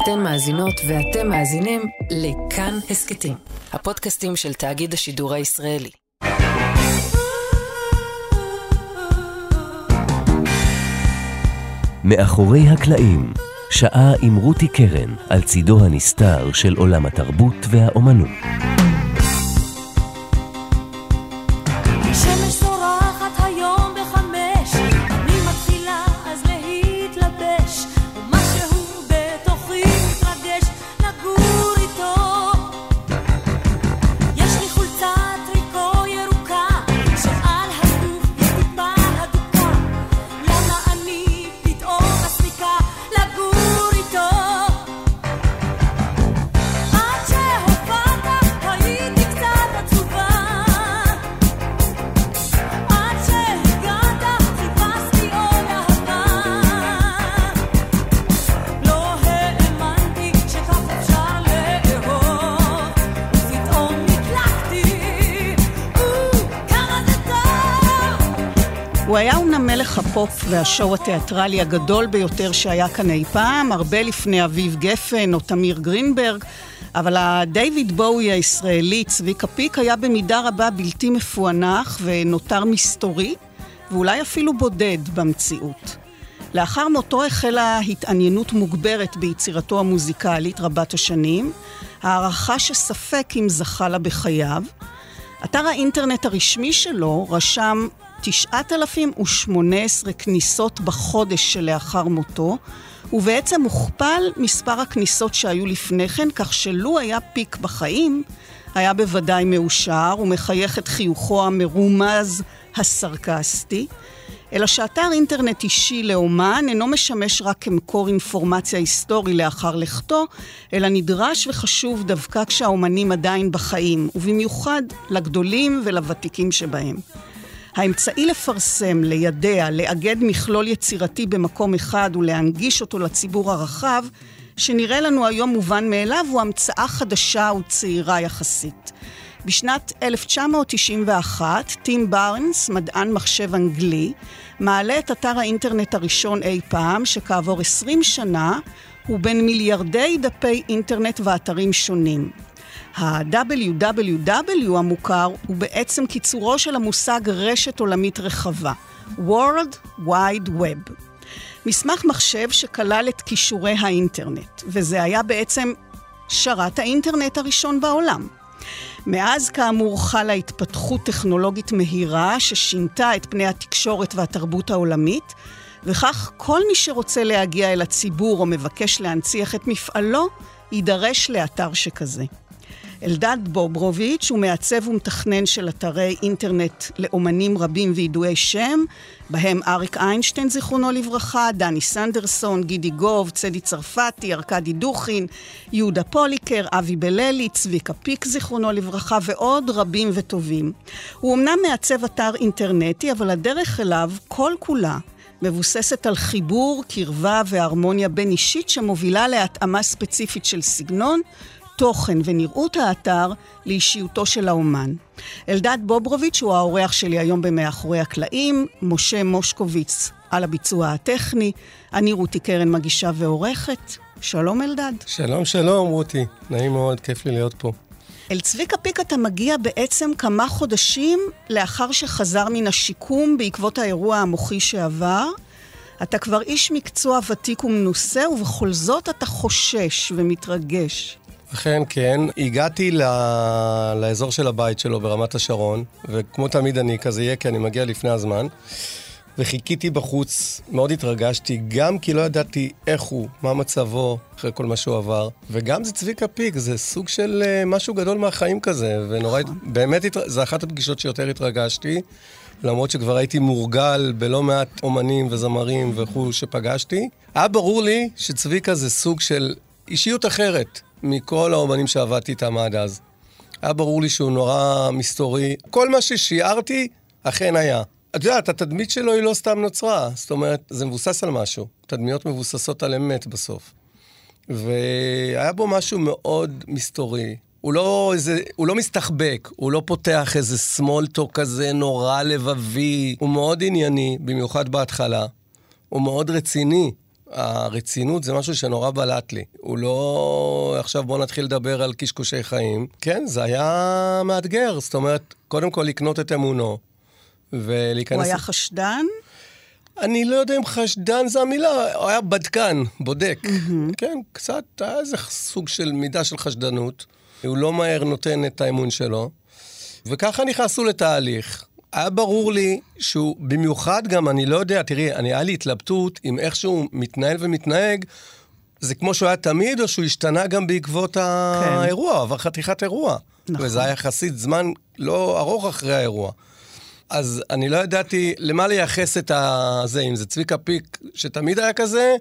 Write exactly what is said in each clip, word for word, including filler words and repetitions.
אתן מאזינות ואתם מאזינים לכאן הסקטים, הפודקאסטים של תאגיד השידור הישראלי. מאחורי הקלעים, שעה עם רותי קרן על צידו הנסתר של עולם התרבות והאומנות. הוא היה אומנם מלך הפופ והשואו התיאטרלי הגדול ביותר שהיה כאן אי פעם, הרבה לפני אביב גפן או תמיר גרינברג, אבל הדייוויד בואי הישראלי, צביקה פיק, היה במידה רבה בלתי מפוענח ונותר מסתורי, ואולי אפילו בודד במציאות. לאחר מותו החלה התעניינות מוגברת ביצירתו המוזיקלית רבת השנים, הערכה שספק אם זכה לה בחייו. אתר האינטרנט הרשמי שלו רשם תשעת אלפים ושמונה עשרה כניסות בחודש שלאחר מותו, ובעצם הוכפל מספר הכניסות שהיו לפני כן, כך שלו היה פיק בחיים, היה בוודאי מאושר ומחייך את חיוכו המרומז הסרקסטי, אלא שאתר אינטרנט אישי לאומן אינו משמש רק כמקור אינפורמציה היסטורי לאחר לכתו, אלא נדרש וחשוב דווקא כשהאומנים עדיין בחיים, ובמיוחד לגדולים ולוותיקים שבהם. האמצעי לפרסם, לידע, לאגד מכלול יצירתי במקום אחד ולהנגיש אותו לציבור הרחב, שנראה לנו היום מובן מאליו, הוא המצאה חדשה וצעירה יחסית. בשנת אלף תשע מאות תשעים ואחת, טים בארנס, מדען מחשב אנגלי, מעלה את אתר האינטרנט הראשון אי פעם, שכעבור עשרים שנה הוא בין מיליארדי דפי אינטרנט ואתרים שונים. ה-דאבליו דאבליו דאבליו המוכר הוא בעצם קיצורו של המושג רשת עולמית רחבה, World Wide Web. מסמך מחשב שכלל את קישורי האינטרנט, וזה היה בעצם שרת האינטרנט הראשון בעולם. מאז כאמור חלה התפתחות טכנולוגית מהירה ששינתה את פני התקשורת והתרבות העולמית, וכך כל מי שרוצה להגיע אל הציבור או מבקש להנציח את מפעלו, יידרש לאתר שכזה. אלדד בוברוביץ' הוא מעצב ומתכנן של אתרי אינטרנט לאומנים רבים וידועי שם, בהם אריק איינשטיין זיכרונו לברכה, דני סנדרסון, גידי גוב, צדי צרפתי, ארקדי דוכין, יהודה פוליקר, אבי בללי, צביקה פיק זיכרונו לברכה ועוד רבים וטובים. הוא אמנם מעצב אתר אינטרנטי, אבל הדרך אליו כל כולה מבוססת על חיבור, קרבה והרמוניה בין אישית שמובילה להתאמה ספציפית של סגנון, תוכן ונראות האתר לאישיותו של האומן. אלדד בוברוביץ' הוא האורח שלי היום במאחורי הקלעים, משה מושקוביץ על הביצוע הטכני, אני רותי קרן מגישה ועורכת. שלום אלדד. שלום שלום רותי, נעים מאוד, כיף לי להיות פה. אל צביקה פיק אתה מגיע בעצם כמה חודשים לאחר שחזר מן השיקום בעקבות האירוע המוחי שעבר. אתה כבר איש מקצוע ותיק ומנוסה, ובכל זאת אתה חושש ומתרגש. אכן כן, הגעתי ל... לאזור של הבית שלו ברמת השרון, וכמו תמיד אני כזה יהיה, כי אני מגיע לפני הזמן, וחיכיתי בחוץ, מאוד התרגשתי, גם כי לא ידעתי איך הוא, מה מצבו, אחרי כל מה שהוא עבר, וגם זה צביקה פיק, זה סוג של uh, משהו גדול מהחיים כזה, ונורא, באמת, התר... זה אחת הפגישות שיותר התרגשתי, למרות שכבר הייתי מורגל בלא מעט אומנים וזמרים וכו' שפגשתי. היה ברור לי שצביקה זה סוג של אישיות אחרת, מכל האומנים שעבדתי איתם עד אז. היה ברור לי שהוא נורא מסתורי. כל מה ששיערתי, אכן היה. את יודעת, התדמית שלו היא לא סתם נוצרה. זאת אומרת, זה מבוסס על משהו. תדמיות מבוססות על אמת בסוף. והיה בו משהו מאוד מסתורי. הוא לא, איזה, הוא לא מסתחבק, הוא לא פותח איזה סמולטו כזה נורא לבבי. הוא מאוד ענייני, במיוחד בהתחלה. הוא מאוד רציני. הרצינות זה משהו שנורא בלט לי. הוא לא, עכשיו בוא נתחיל לדבר על קשקושי חיים. כן, זה היה מאתגר. זאת אומרת, קודם כל לקנות את אמונו, ולהיכנס... הוא היה חשדן? אני לא יודע אם חשדן זה המילה, הוא היה בדקן, בודק. Mm-hmm. כן, קצת, היה איזה סוג של מידה של חשדנות. הוא לא מהר נותן את האמון שלו. וככה נכנסו לתהליך. היה ברור לי שהוא, במיוחד גם, אני לא יודע, תראי, אני היה לי התלבטות עם איך שהוא מתנהל ומתנהג, זה כמו שהוא היה תמיד, או שהוא השתנה גם בעקבות כן. האירוע, עבר חתיכת אירוע. נכון. וזה היה יחסית זמן לא ארוך אחרי האירוע. אז אני לא ידעתי למה לייחס את זה, אם זה צביקה פיק שתמיד היה כזה,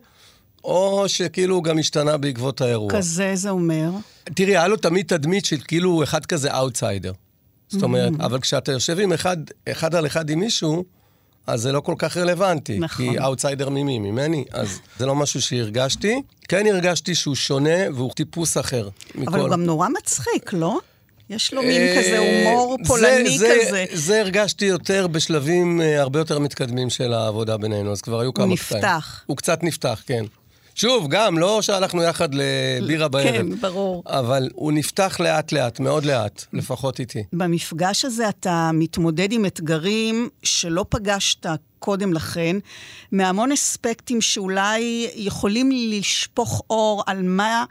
או שכאילו הוא גם השתנה בעקבות האירוע. כזה זה אומר? תראי, היה לו תמיד תדמית של כאילו אחד כזה אאוטסיידר. זאת אומרת, mm-hmm. אבל כשאתה יושב עם אחד, אחד על אחד עם מישהו, אז זה לא כל כך רלוונטי. נכון. כי אאוטסיידר ממי, ממני, אז זה לא משהו שהרגשתי. כן הרגשתי שהוא שונה, והוא טיפוס אחר. אבל מכל... הוא גם נורא מצחיק, לא? יש לו מין כזה הומור פולני זה, כזה. זה, זה הרגשתי יותר בשלבים הרבה יותר מתקדמים של העבודה בינינו, אז כבר היו כמה קטעים. הוא נפתח. הוא קצת נפתח, כן. שוב, גם, לא שהלכנו יחד לבירה בערב. כן, ברור. אבל הוא נפתח לאט לאט, מאוד לאט, לפחות איתי. במפגש הזה אתה מתמודד עם אתגרים שלא פגשת קודם לכן, מהמון אספקטים שאולי יכולים לשפוך אור על מה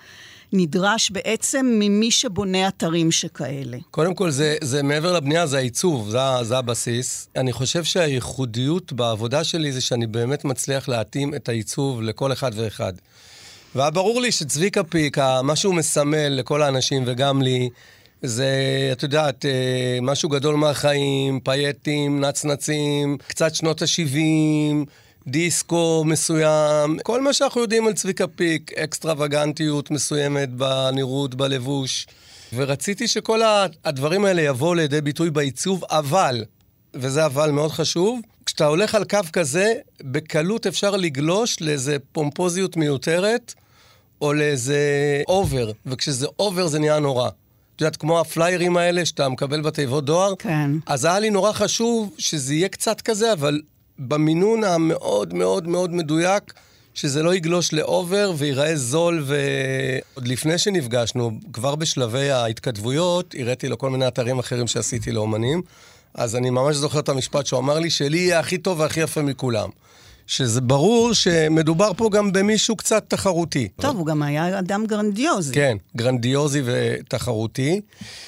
נדרש בעצם ממי שבונה אתרים שכאלה. קודם כל, זה, זה מעבר לבנייה, זה העיצוב, זה, זה הבסיס. אני חושב שהייחודיות בעבודה שלי זה שאני באמת מצליח להתאים את העיצוב לכל אחד ואחד. והיה ברור לי שצביקה פיק, מה שהוא מסמל לכל האנשים וגם לי, זה, את יודעת, משהו גדול מהחיים, פייטים, נצנצים, קצת שנות ה-שבעים, דיסקו מסוים, כל מה שאנחנו יודעים על צביקה פיק, אקסטרווגנטיות מסוימת בנראות, בלבוש, ורציתי שכל הדברים האלה יבואו לידי ביטוי בעיצוב, אבל, וזה אבל מאוד חשוב, כשאתה הולך על קו כזה, בקלות אפשר לגלוש לאיזה פומפוזיות מיותרת, או לאיזה אובר, וכשזה אובר זה נהיה נורא. את יודעת, כמו הפליירים האלה שאתה מקבל בתיבות דואר, כן. אז היה לי נורא חשוב שזה יהיה קצת כזה, אבל במינון המאוד מאוד מאוד מדויק, שזה לא יגלוש לאובר ויראה זול, ועוד לפני שנפגשנו, כבר בשלבי ההתכתבויות, הראיתי לו כל מיני אתרים אחרים שעשיתי לאומנים, אז אני ממש זוכר את המשפט שהוא אמר לי, שלי יהיה הכי טוב והכי יפה מכולם. שזה ברור שמדובר פה גם במישהו קצת תחרותי. טוב, הוא גם היה אדם גרנדיוזי. כן, גרנדיוזי ותחרותי.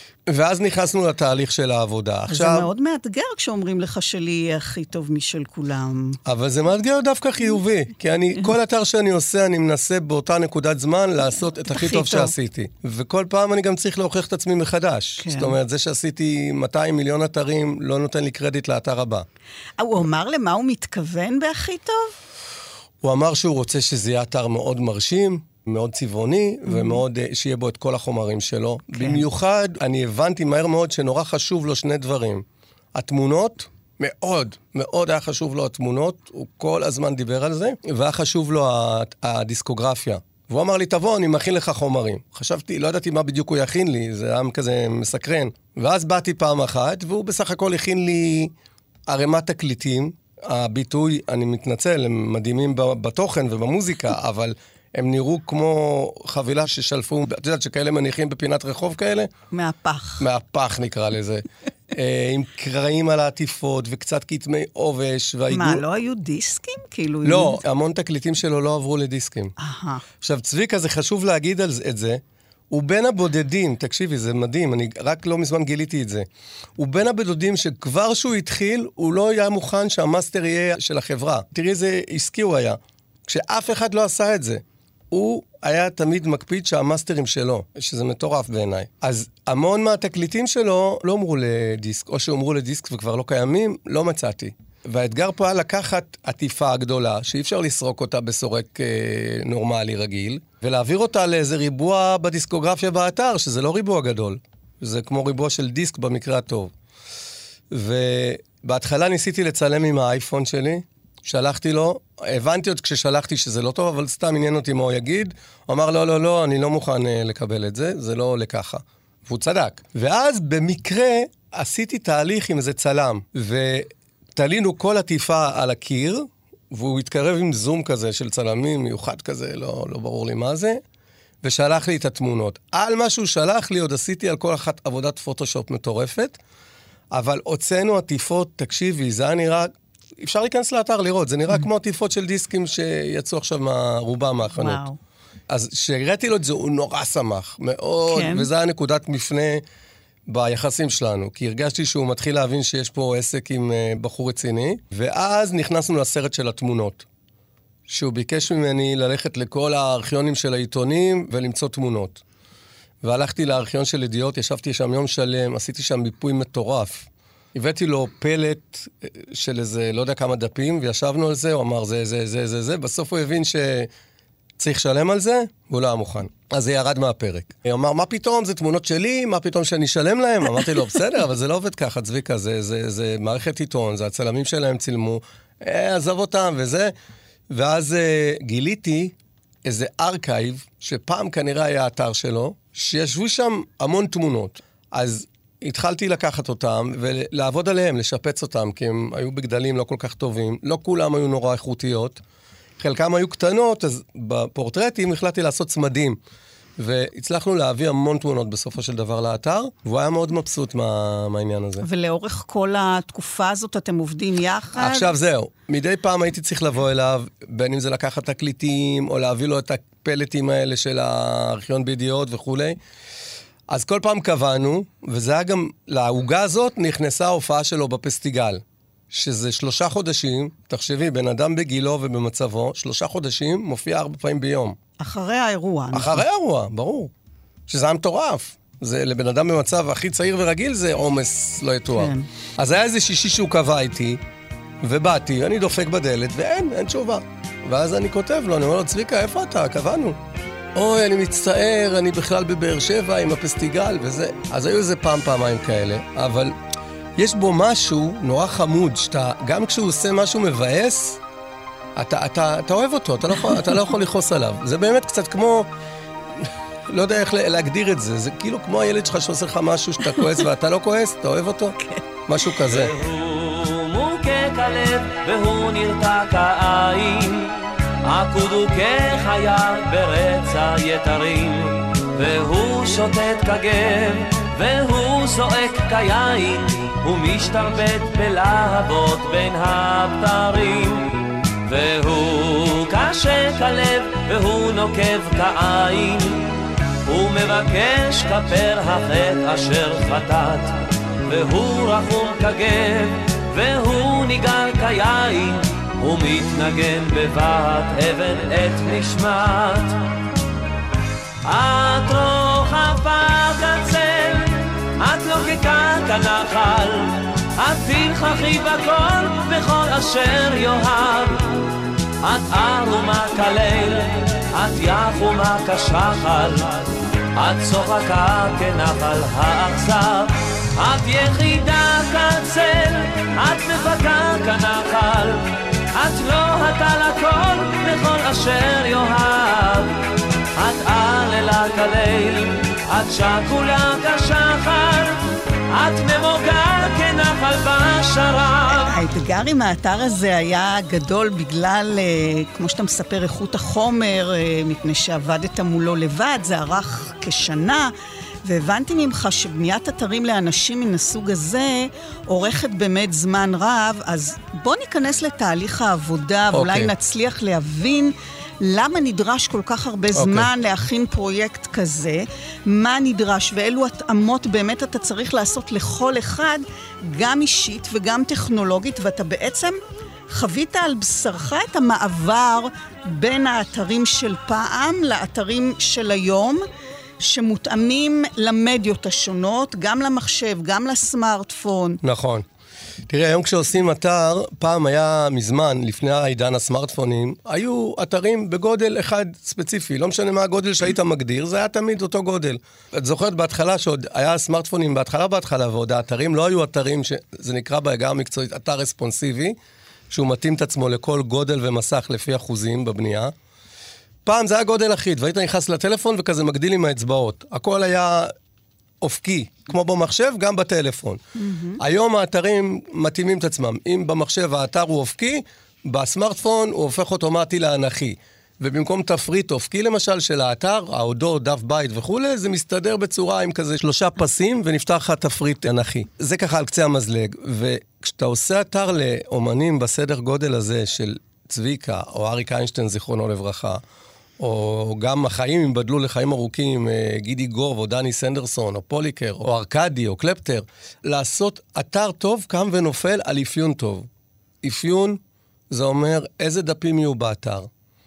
ואז נכנסנו לתהליך של העבודה. עכשיו... זה מאוד מאתגר כשאומרים לך שלי יהיה הכי טוב משל כולם. אבל זה מאתגר דווקא חיובי, כי אני, כל אתר שאני עושה, אני מנסה באותה נקודת זמן לעשות את הכי טוב שעשיתי. וכל פעם אני גם צריך להוכיח את עצמי מחדש. זאת אומרת, זה שעשיתי מאתיים מיליון אתרים, לא נותן לי קרדיט לאתר הבא. הוא אמר למה הוא מתכוון בהכי טוב? הוא אמר שהוא רוצה שזה יהיה אתר מאוד מרשים, מאוד צבעוני, mm-hmm. ומאוד שיהיה בו את כל החומרים שלו. Okay. במיוחד, אני הבנתי מהר מאוד שנורא חשוב לו שני דברים. התמונות, מאוד, מאוד היה חשוב לו התמונות, הוא כל הזמן דיבר על זה, והיה חשוב לו הדיסקוגרפיה. והוא אמר לי, תבוא, אני מכין לך חומרים. חשבתי, לא ידעתי מה בדיוק הוא יכין לי, זה היה כזה מסקרן. ואז באתי פעם אחת, והוא בסך הכל הכין לי ערימת תקליטים. הביטוי, אני מתנצל, הם מדהימים בתוכן ובמוזיקה, אבל הם נראו כמו חבילה ששלפו, את יודעת שכאלה מניחים בפינת רחוב כאלה? מהפך. מהפך נקרא לזה. עם קרעים על העטיפות וקצת כתמי עובש. מה, לא היו דיסקים? כאילו... לא, המון תקליטים שלו לא עברו לדיסקים. עכשיו, צביקה, זה חשוב להגיד את זה, הוא בין הבודדים, תקשיבי, זה מדהים, אני רק לא מזמן גיליתי את זה. הוא בין הבודדים שכבר שהוא התחיל, הוא לא היה מוכן שהמאסטר יהיה של החברה. תראי איזה עסקי הוא היה. כשאף אחד לא עשה את זה, הוא היה תמיד מקפיד שהמאסטרים שלו, שזה מטורף בעיניי. אז המון מהתקליטים שלו לא אמרו לדיסק, או שאומרו לדיסק וכבר לא קיימים, לא מצאתי. והאתגר פה היה לקחת עטיפה הגדולה, שאי אפשר לסרוק אותה בסורק אה, נורמלי רגיל, ולהעביר אותה לאיזה ריבוע בדיסקוגרפיה באתר, שזה לא ריבוע גדול. זה כמו ריבוע של דיסק במקרה הטוב. ובהתחלה ניסיתי לצלם עם האייפון שלי, שלחתי לו, הבנתי עוד כששלחתי שזה לא טוב, אבל סתם עניין אותי מה הוא יגיד. הוא אמר, לא, לא, לא, אני לא מוכן אה, לקבל את זה, זה לא עולה ככה. והוא צדק. ואז במקרה עשיתי תהליך עם איזה צלם, ותלינו כל עטיפה על הקיר, והוא התקרב עם זום כזה של צלמים, מיוחד כזה, לא, לא ברור לי מה זה, ושלח לי את התמונות. על מה שהוא שלח לי, עוד עשיתי על כל אחת עבודת פוטושופ מטורפת, אבל הוצאנו עטיפות, תקשיבי, זה היה נראה, אפשר להיכנס לאתר לראות, זה נראה כמו עטיפות של דיסקים שיצאו עכשיו מהרובה מהחנות. וואו. אז כשהראיתי לו את זה, הוא נורא שמח, מאוד, כן. וזה היה נקודת מפנה ביחסים שלנו, כי הרגשתי שהוא מתחיל להבין שיש פה עסק עם uh, בחור רציני, ואז נכנסנו לסרט של התמונות, שהוא ביקש ממני ללכת לכל הארכיונים של העיתונים ולמצוא תמונות. והלכתי לארכיון של ידיעות, ישבתי שם יום שלם, עשיתי שם מיפוי מטורף. הבאתי לו פלט של איזה, לא יודע כמה דפים, וישבנו על זה, הוא אמר זה, זה, זה, זה, זה, בסוף הוא הבין שצריך לשלם על זה, והוא לא היה מוכן. אז זה ירד מהפרק. הוא אמר, מה פתאום, זה תמונות שלי, מה פתאום שאני אשלם להם? אמרתי לו, בסדר, אבל זה לא עובד ככה, צביקה, זה, זה, זה מערכת עיתון, זה הצלמים שלהם צילמו, אה, עזוב אותם וזה. ואז uh, גיליתי איזה ארכייב, שפעם כנראה היה האתר שלו, שישבו שם המון תמונות. אז התחלתי לקחת אותם ולעבוד עליהם, לשפץ אותם, כי הם היו בגדלים לא כל כך טובים, לא כולם היו נורא איכותיות, חלקם היו קטנות, אז בפורטרטים החלטתי לעשות צמדים, והצלחנו להביא המון תמונות בסופו של דבר לאתר, והוא היה מאוד מבסוט מה, מהעניין הזה. ולאורך כל התקופה הזאת אתם עובדים יחד? עכשיו זהו, מדי פעם הייתי צריך לבוא אליו, בין אם זה לקחת תקליטים, או להביא לו את הפלטים האלה של הארכיון בידיעות וכולי. אז כל פעם קבענו, וזה היה גם, להוגה הזאת נכנסה ההופעה שלו בפסטיגל, שזה שלושה חודשים, תחשבי, בן אדם בגילו ובמצבו, שלושה חודשים מופיע ארבע פעמים ביום. אחרי האירוע. אחרי האירוע, ברור. שזה היה מטורף. זה לבן אדם במצב הכי צעיר ורגיל, זה עומס לא יתואר. כן. אז היה איזה שישי שהוא קבע איתי, ובאתי, אני דופק בדלת, ואין, אין תשובה. ואז אני כותב לו, אני אומר לו, צביקה, איפה אתה? קבענו. אוי, אני מצטער, אני בכלל בבאר שבע עם הפסטיגל וזה. אז היו איזה פעם, פעמיים כאלה, אבל יש בו משהו נורא חמוד, שאתה, גם כשהוא עושה משהו מבאס, אתה, אתה, אתה אוהב אותו, אתה לא יכול, אתה לא יכול לחוס עליו. זה באמת קצת כמו, לא יודע איך להגדיר את זה, זה כאילו כמו הילד שלך שעושה לך משהו שאתה כועס ואתה לא כועס, אתה אוהב אותו? משהו כזה. והוא מוקק הלב והוא נרתק העין, עקודו כחיה ברצה יתרים, והוא שוטט כגב והוא זועק כיין, הוא משתרבט בלהבות בין הבתרים, והוא קשה כלב והוא נוקב כעין, הוא מבקש כפר החטא אשר חטאת, והוא רחום כגב והוא ניגר כיין, הוא מתנגן בבת אבן את נשמת. את רוחב בקצל, את לוקקה כנחל, את תלחכי בכל בכל אשר יאהב, את ערומה כליל, את יחומה כשחל, את צוחקה כנחל האכזב, את יחידה כצל, את מבקה כנחל, את לא הטל הכל בכל אשר יאהב, את עללה כליל, את שקולה כשחר, את נמוגה כנחל בשרב. האתגר עם האתר הזה היה גדול בגלל, כמו שאתה מספר, איכות החומר, מפני שעבדת מולו לבד, זה ערך כשנה, והבנתי ממך שבניית אתרים לאנשים מן הסוג הזה עורכת באמת זמן רב, אז בוא ניכנס לתהליך העבודה, okay. ואולי נצליח להבין למה נדרש כל כך הרבה זמן okay. להכין פרויקט כזה, מה נדרש ואילו התאמות באמת אתה צריך לעשות לכל אחד, גם אישית וגם טכנולוגית, ואתה בעצם חווית על בשרך את המעבר בין האתרים של פעם לאתרים של היום, שמותאמים למדיות השונות, גם למחשב, גם לסמארטפון. נכון. תראה, היום כשעושים אתר, פעם היה מזמן, לפני העידן הסמארטפונים, היו אתרים בגודל אחד ספציפי, לא משנה מה הגודל שהיית מגדיר, זה היה תמיד אותו גודל. את זוכרת בהתחלה שעוד היה סמארטפונים בהתחלה בהתחלה, ועוד האתרים לא היו אתרים, שזה נקרא בהגה המקצועית, אתר רספונסיבי, שהוא מתאים את עצמו לכל גודל ומסך לפי אחוזים בבנייה. פעם זה היה גודל אחיד, והיית נכנס לטלפון וכזה מגדיל עם האצבעות. הכל היה אופקי, כמו במחשב, גם בטלפון. Mm-hmm. היום האתרים מתאימים את עצמם. אם במחשב האתר הוא אופקי, בסמארטפון הוא הופך אוטומטי לאנכי. ובמקום תפריט אופקי למשל של האתר, ההודות, דף בית וכו', זה מסתדר בצורה עם כזה שלושה פסים ונפתח לך תפריט אנכי. זה ככה על קצה המזלג. וכשאתה עושה אתר לאומנים בסדר גודל הזה של צביקה, או אריק איינשטיין זיכרונו לברכה, או גם החיים אם בדלו לחיים ארוכים, גידי גוב, או דני סנדרסון, או פוליקר, או ארקדי, או קלפטר, לעשות אתר טוב קם ונופל על אפיון טוב. אפיון זה אומר איזה דפים יהיו באתר.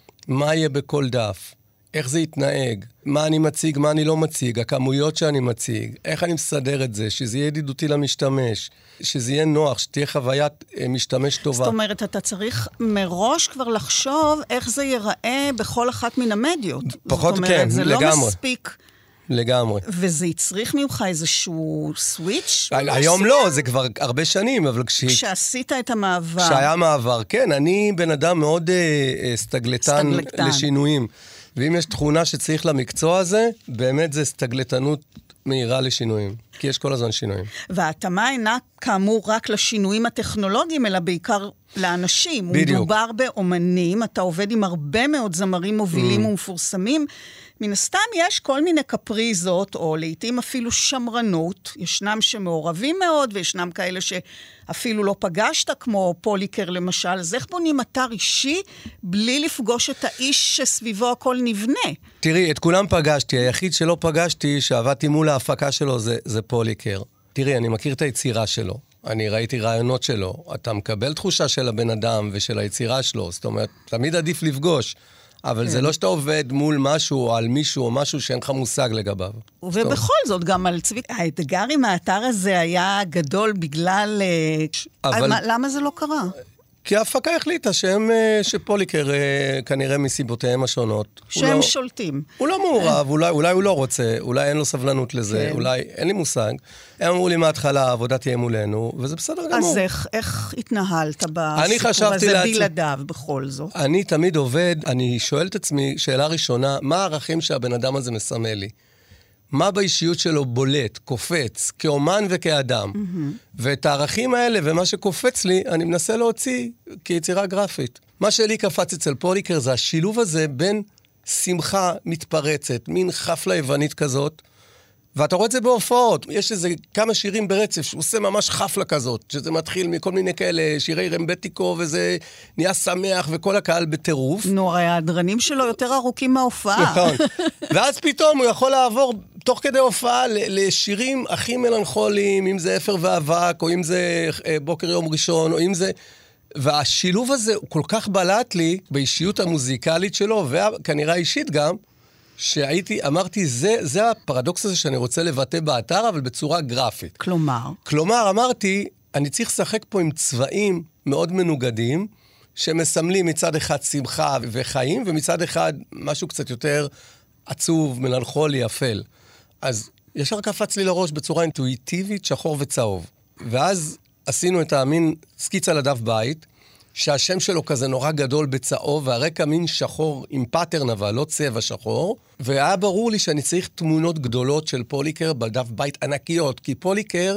מה יהיה בכל דף, איך זה יתנהג, מה אני מציג, מה אני לא מציג, הכמויות שאני מציג, איך אני מסדר את זה, שזה יהיה ידידותי למשתמש, שזה יהיה נוח, שתהיה חוויית משתמש טובה. זאת אומרת, אתה צריך מראש כבר לחשוב איך זה ייראה בכל אחת מן המדיות. פחות זאת אומרת, כן, זה לגמרי. לא מספיק. לגמרי. וזה יצריך ממך איזשהו סוויץ'? היום לא, זה כבר הרבה שנים, אבל כש... כשעשית את המעבר. כשהיה מעבר, כן, אני בן אדם מאוד אה, סטגלטן, סטגלטן לשינויים. ואם יש תכונה שצריך למקצוע הזה, באמת זה סטגלטנות מהירה לשינויים. כי יש כל הזמן שינויים. וההתאמה אינה כאמור רק לשינויים הטכנולוגיים, אלא בעיקר לאנשים. בדיוק. מדובר באומנים, אתה עובד עם הרבה מאוד זמרים מובילים mm. ומפורסמים. מן הסתם יש כל מיני קפריזות, או לעתים אפילו שמרנות. ישנם שמעורבים מאוד, וישנם כאלה שאפילו לא פגשת, כמו פוליקר למשל. אז איך בונים אתר אישי, בלי לפגוש את האיש שסביבו הכל נבנה? תראי, את כולם פגשתי. היחיד שלא פגשתי, שעבדתי מול ההפקה שלו, זה, זה פוליקר. תראי, אני מכיר את היצירה שלו. אני ראיתי רעיונות שלו. אתה מקבל תחושה של הבן אדם ושל היצירה שלו. זאת אומרת, תמיד עדיף לפגוש. אבל זה לא שאתה עובד מול משהו או על מישהו או משהו שאין לך מושג לגביו. ובכל זאת, גם על צביק, האתגר עם האתר הזה היה גדול בגלל... אבל... למה זה לא קרה? כי ההפקה החליטה שהם, שפוליקר כנראה מסיבותיהם השונות. שהם שולטים. הוא לא מעורב, אולי, אולי הוא לא רוצה, אולי אין לו סבלנות לזה, אולי אין לי מושג. הם אמרו לי מההתחלה, העבודה תהיה מולנו, וזה בסדר גמור. אז איך, איך התנהלת בסיפור הזה בלעדיו בכל זאת? אני תמיד עובד, אני שואל את עצמי, שאלה ראשונה, מה הערכים שהבן אדם הזה מסמל לי? מה באישיות שלו בולט, קופץ, כאומן וכאדם. Mm-hmm. ואת הערכים האלה ומה שקופץ לי, אני מנסה להוציא כיצירה גרפית. מה שלי קפץ אצל פוליקר זה השילוב הזה בין שמחה מתפרצת, מין חפלה יוונית כזאת, ואתה רואה את זה בהופעות. יש איזה כמה שירים ברצף שהוא עושה ממש חפלה כזאת, שזה מתחיל מכל מיני כאלה שירי רמבטיקו, וזה נהיה שמח וכל הקהל בטירוף. נו, הרי הדרנים שלו יותר ארוכים מההופעה. נכון. ואז פתאום הוא יכול לעבור תוך כדי הופעה לשירים הכי מלנכוליים, אם זה אפר ואבק, או אם זה בוקר יום ראשון, או אם זה... והשילוב הזה הוא כל כך בלט לי באישיות המוזיקלית שלו, וכנראה אישית גם, שהייתי, אמרתי, זה, זה הפרדוקס הזה שאני רוצה לבטא באתר, אבל בצורה גרפית. כלומר? כלומר, אמרתי, אני צריך לשחק פה עם צבעים מאוד מנוגדים, שמסמלים מצד אחד שמחה וחיים, ומצד אחד משהו קצת יותר עצוב, מלנכולי, אפל. אז ישר קפץ לי לראש בצורה אינטואיטיבית, שחור וצהוב. ואז עשינו את המין סקיצה לדף בית, שהשם שלו כזה נורא גדול בצהוב, והרקע מין שחור עם פאטרן, אבל לא צבע שחור. והיה ברור לי שאני צריך תמונות גדולות של פוליקר בדף בית ענקיות, כי פוליקר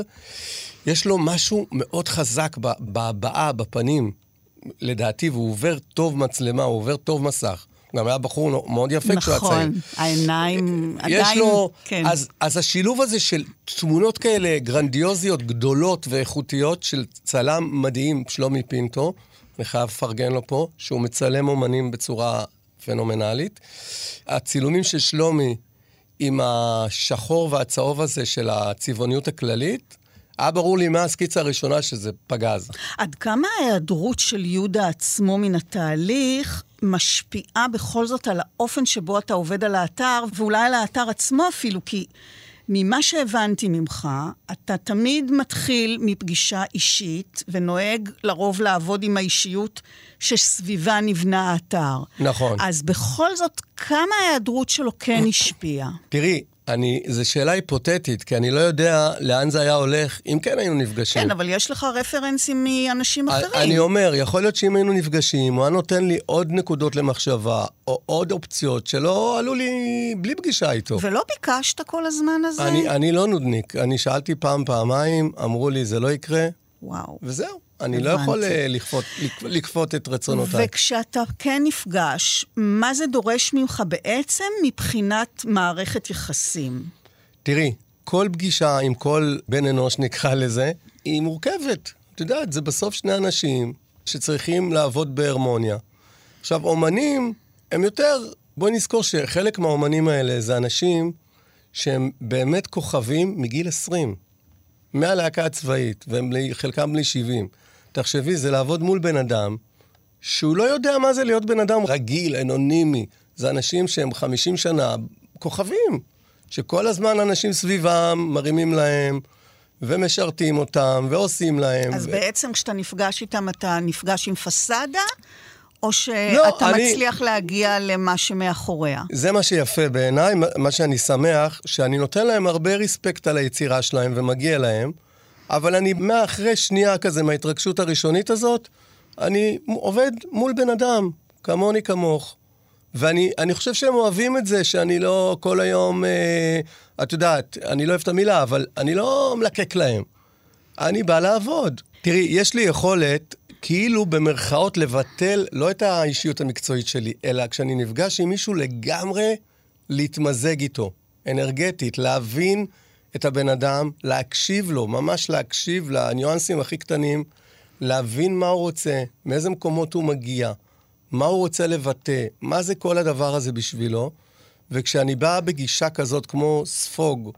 יש לו משהו מאוד חזק בהבעה, בפנים, לדעתי, והוא עובר טוב מצלמה, הוא עובר טוב מסך. גם היה בחור מאוד יפה כשהוא הצעיר. נכון, העיניים עדיין... יש לו... כן. אז, אז השילוב הזה של תמונות כאלה גרנדיוזיות, גדולות ואיכותיות של צלם מדהים, שלומי פינטו, אני חייב לפרגן לו פה, שהוא מצלם אומנים בצורה פנומנלית. הצילומים של שלומי עם השחור והצהוב הזה של הצבעוניות הכללית, היה ברור לי מה הסקיצה הראשונה שזה פגז. עד כמה ההיעדרות של יהודה עצמו מן התהליך משפיעה בכל זאת על האופן שבו אתה עובד על האתר, ואולי על האתר עצמו אפילו, כי ממה שהבנתי ממך, אתה תמיד מתחיל מפגישה אישית, ונוהג לרוב לעבוד עם האישיות שסביבה נבנה האתר. נכון. אז בכל זאת, כמה ההיעדרות שלו כן השפיעה? תראי, אני, זו שאלה היפותטית, כי אני לא יודע לאן זה היה הולך, אם כן היינו נפגשים. כן, אבל יש לך רפרנסים מאנשים אחרים. אני אומר, יכול להיות שאם היינו נפגשים, הוא היה נותן לי עוד נקודות למחשבה, או עוד אופציות שלא עלו לי בלי פגישה איתו. ולא ביקשת כל הזמן הזה? אני, אני לא נודניק. אני שאלתי פעם, פעמיים, אמרו לי, זה לא יקרה. וואו. וזהו. אני לא יכול לכפות, לכפות את רצונותיי. וכשאתה כן נפגש, מה זה דורש ממך בעצם מבחינת מערכת יחסים? תראי, כל פגישה עם כל בן אנוש נקרא לזה, היא מורכבת. את יודעת, זה בסוף שני אנשים שצריכים לעבוד בהרמוניה. עכשיו, אומנים הם יותר, בואי נזכור שחלק מהאומנים האלה זה אנשים שהם באמת כוכבים מגיל עשרים, מהלהקה הצבאית, והם חלקם בלי שבעים. תחשבי, זה לעבוד מול בן אדם, שהוא לא יודע מה זה להיות בן אדם רגיל, אנונימי. זה אנשים שהם חמישים שנה כוכבים, שכל הזמן אנשים סביבם מרימים להם, ומשרתים אותם, ועושים להם. אז ו... בעצם כשאתה נפגש איתם, אתה נפגש עם פסדה, או שאתה לא, אני... מצליח להגיע למה שמאחוריה? זה מה שיפה בעיניי, מה שאני שמח, שאני נותן להם הרבה ריספקט על היצירה שלהם, ומגיע להם, אבל אני מאחרי שנייה כזה, מההתרגשות הראשונית הזאת, אני עובד מול בן אדם, כמוני כמוך. ואני אני חושב שהם אוהבים את זה, שאני לא כל היום, אה, את יודעת, אני לא אוהב את המילה, אבל אני לא מלקק להם. אני בא לעבוד. תראי, יש לי יכולת, כאילו במרכאות לבטל, לא את האישיות המקצועית שלי, אלא כשאני נפגש עם מישהו לגמרי, להתמזג איתו, אנרגטית, להבין את הבן אדם, להקשיב לו, ממש להקשיב לניואנסים הכי קטנים, להבין מה הוא רוצה, מאיזה מקומות הוא מגיע, מה הוא רוצה לבטא, מה זה כל הדבר הזה בשבילו, וכשאני בא בגישה כזאת כמו ספוג,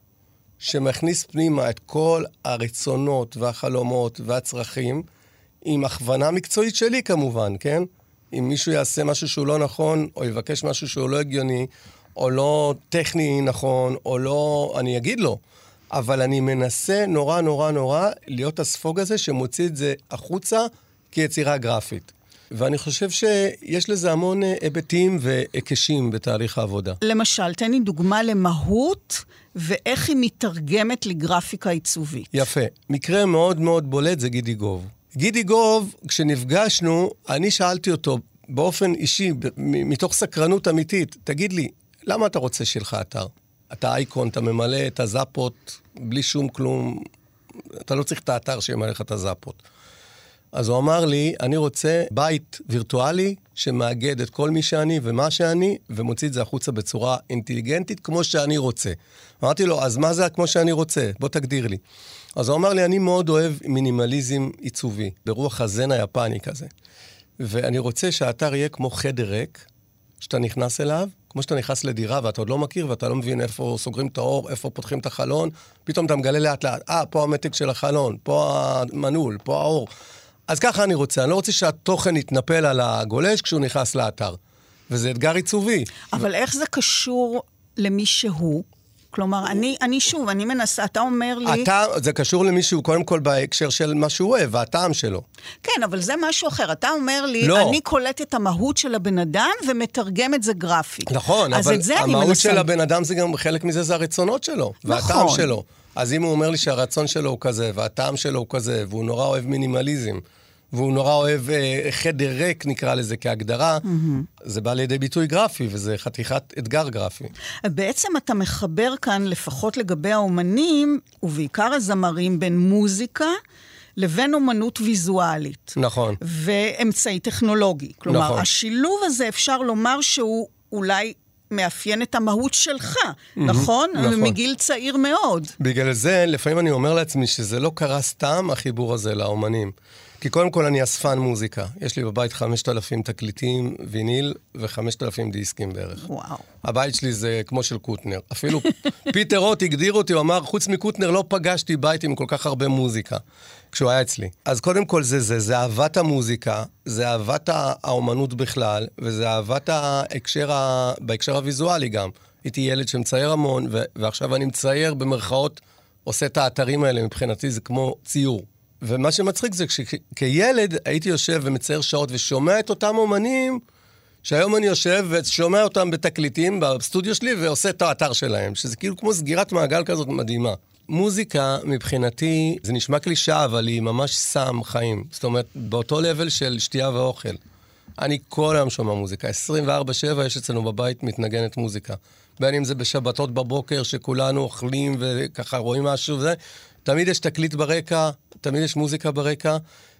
שמכניס פנימה את כל הרצונות והחלומות והצרכים, עם הכוונה מקצועית שלי כמובן, כן? אם מישהו יעשה משהו שהוא לא נכון, או יבקש משהו שהוא לא הגיוני, או לא טכני נכון, או לא, אני אגיד לו, אבל אני מנסה נורא נורא נורא להיות הספוג הזה שמוציא את זה החוצה כיצירה גרפית. ואני חושב שיש לזה המון היבטים והיקשים בתהליך העבודה. למשל, תן לי דוגמה למהות ואיך היא מתרגמת לגרפיקה עיצובית. יפה. מקרה מאוד מאוד בולט זה גידי גוב. גידי גוב, כשנפגשנו, אני שאלתי אותו באופן אישי, מתוך סקרנות אמיתית, תגיד לי, למה אתה רוצה שלך אתר? אתה אייקון, אתה ממלא את הזאפות בלי שום כלום, אתה לא צריך את האתר שימלא לך את הזאפות. אז הוא אמר לי, אני רוצה בית וירטואלי שמאגד את כל מי שאני ומה שאני, ומוציא את זה החוצה בצורה אינטליגנטית כמו שאני רוצה. אמרתי לו, אז מה זה כמו שאני רוצה? בוא תגדיר לי. אז הוא אמר לי, אני מאוד אוהב מינימליזם עיצובי, ברוח הזן היפני כזה. ואני רוצה שהאתר יהיה כמו חדר ריק, שאתה נכנס אליו, כמו שאתה נכנס לדירה ואתה עוד לא מכיר, ואתה לא מבין איפה סוגרים את האור, איפה פותחים את החלון, פתאום אתה מגלה לאט לאט, אה, פה המתג של החלון, פה המנעול, פה האור. אז ככה אני רוצה, אני לא רוצה שהתוכן יתנפל על הגולש כשהוא נכנס לאתר. וזה אתגר עיצובי. אבל איך זה קשור למי שהוא? כלומר, אני, אני שוב, אני מנסה, אתה אומר לי... אתה, זה קשור למישהו, קודם כל בהקשר של מה שהוא אוהב, והטעם שלו. כן, אבל זה משהו אחר. אתה אומר לי, לא. אני קולט את המהות של הבן אדם ומתרגם את זה גרפית. נכון, אבל המהות של הבן אדם זה גם, חלק מזה זה הרצונות שלו, והטעם נכון. שלו. אז אם הוא אומר לי שהרצון שלו הוא כזה, והטעם שלו הוא כזה, והוא נורא אוהב מינימליזם, והוא נורא אוהב אה, חדר ריק, נקרא לזה כהגדרה, mm-hmm. זה בא לידי ביטוי גרפי, וזה חתיכת אתגר גרפי. בעצם אתה מחבר כאן, לפחות לגבי האומנים, ובעיקר הזמרים, בין מוזיקה לבין אומנות ויזואלית. נכון. ואמצעי טכנולוגי. כלומר, נכון. השילוב הזה אפשר לומר שהוא אולי מאפיין את המהות שלך, mm-hmm. נכון? נכון. מגיל צעיר מאוד. בגלל זה, לפעמים אני אומר לעצמי שזה לא קרה סתם החיבור הזה לאומנים. כי קודם כל אני אספן מוזיקה. יש לי בבית חמשת אלפים תקליטים ויניל וחמשת אלפים דיסקים בערך. וואו. הבית שלי זה כמו של קוטנר. אפילו פיטר רוט הגדיר אותי, הוא אמר, חוץ מקוטנר לא פגשתי בית עם כל כך הרבה מוזיקה, כשהוא היה אצלי. אז קודם כל זה זה, זה אהבת המוזיקה, זה אהבת האומנות בכלל, וזה אהבת ההקשר, בהקשר הוויזואלי גם. הייתי ילד שמצייר המון, ו- ועכשיו אני מצייר במרכאות, עושה את האתרים האלה, מבחינתי זה כמו ציור. ומה שמצחיק זה שכילד הייתי יושב ומצייר שעות ושומע את אותם אומנים, שהיום אני יושב ושומע אותם בתקליטים בסטודיו שלי ועושה את האתר שלהם, שזה כאילו כמו סגירת מעגל כזאת מדהימה. מוזיקה מבחינתי, זה נשמע קלישה, אבל היא ממש סם חיים. זאת אומרת, באותו לבל של שתייה ואוכל. אני כל היום שומע מוזיקה. עשרים וארבע שבע יש אצלנו בבית מתנגנת מוזיקה. בין אם זה בשבתות בבוקר שכולנו אוכלים וככה רואים משהו וזה. תמיד יש תקליט ברקע, תמיד יש מוזיקה ברקע,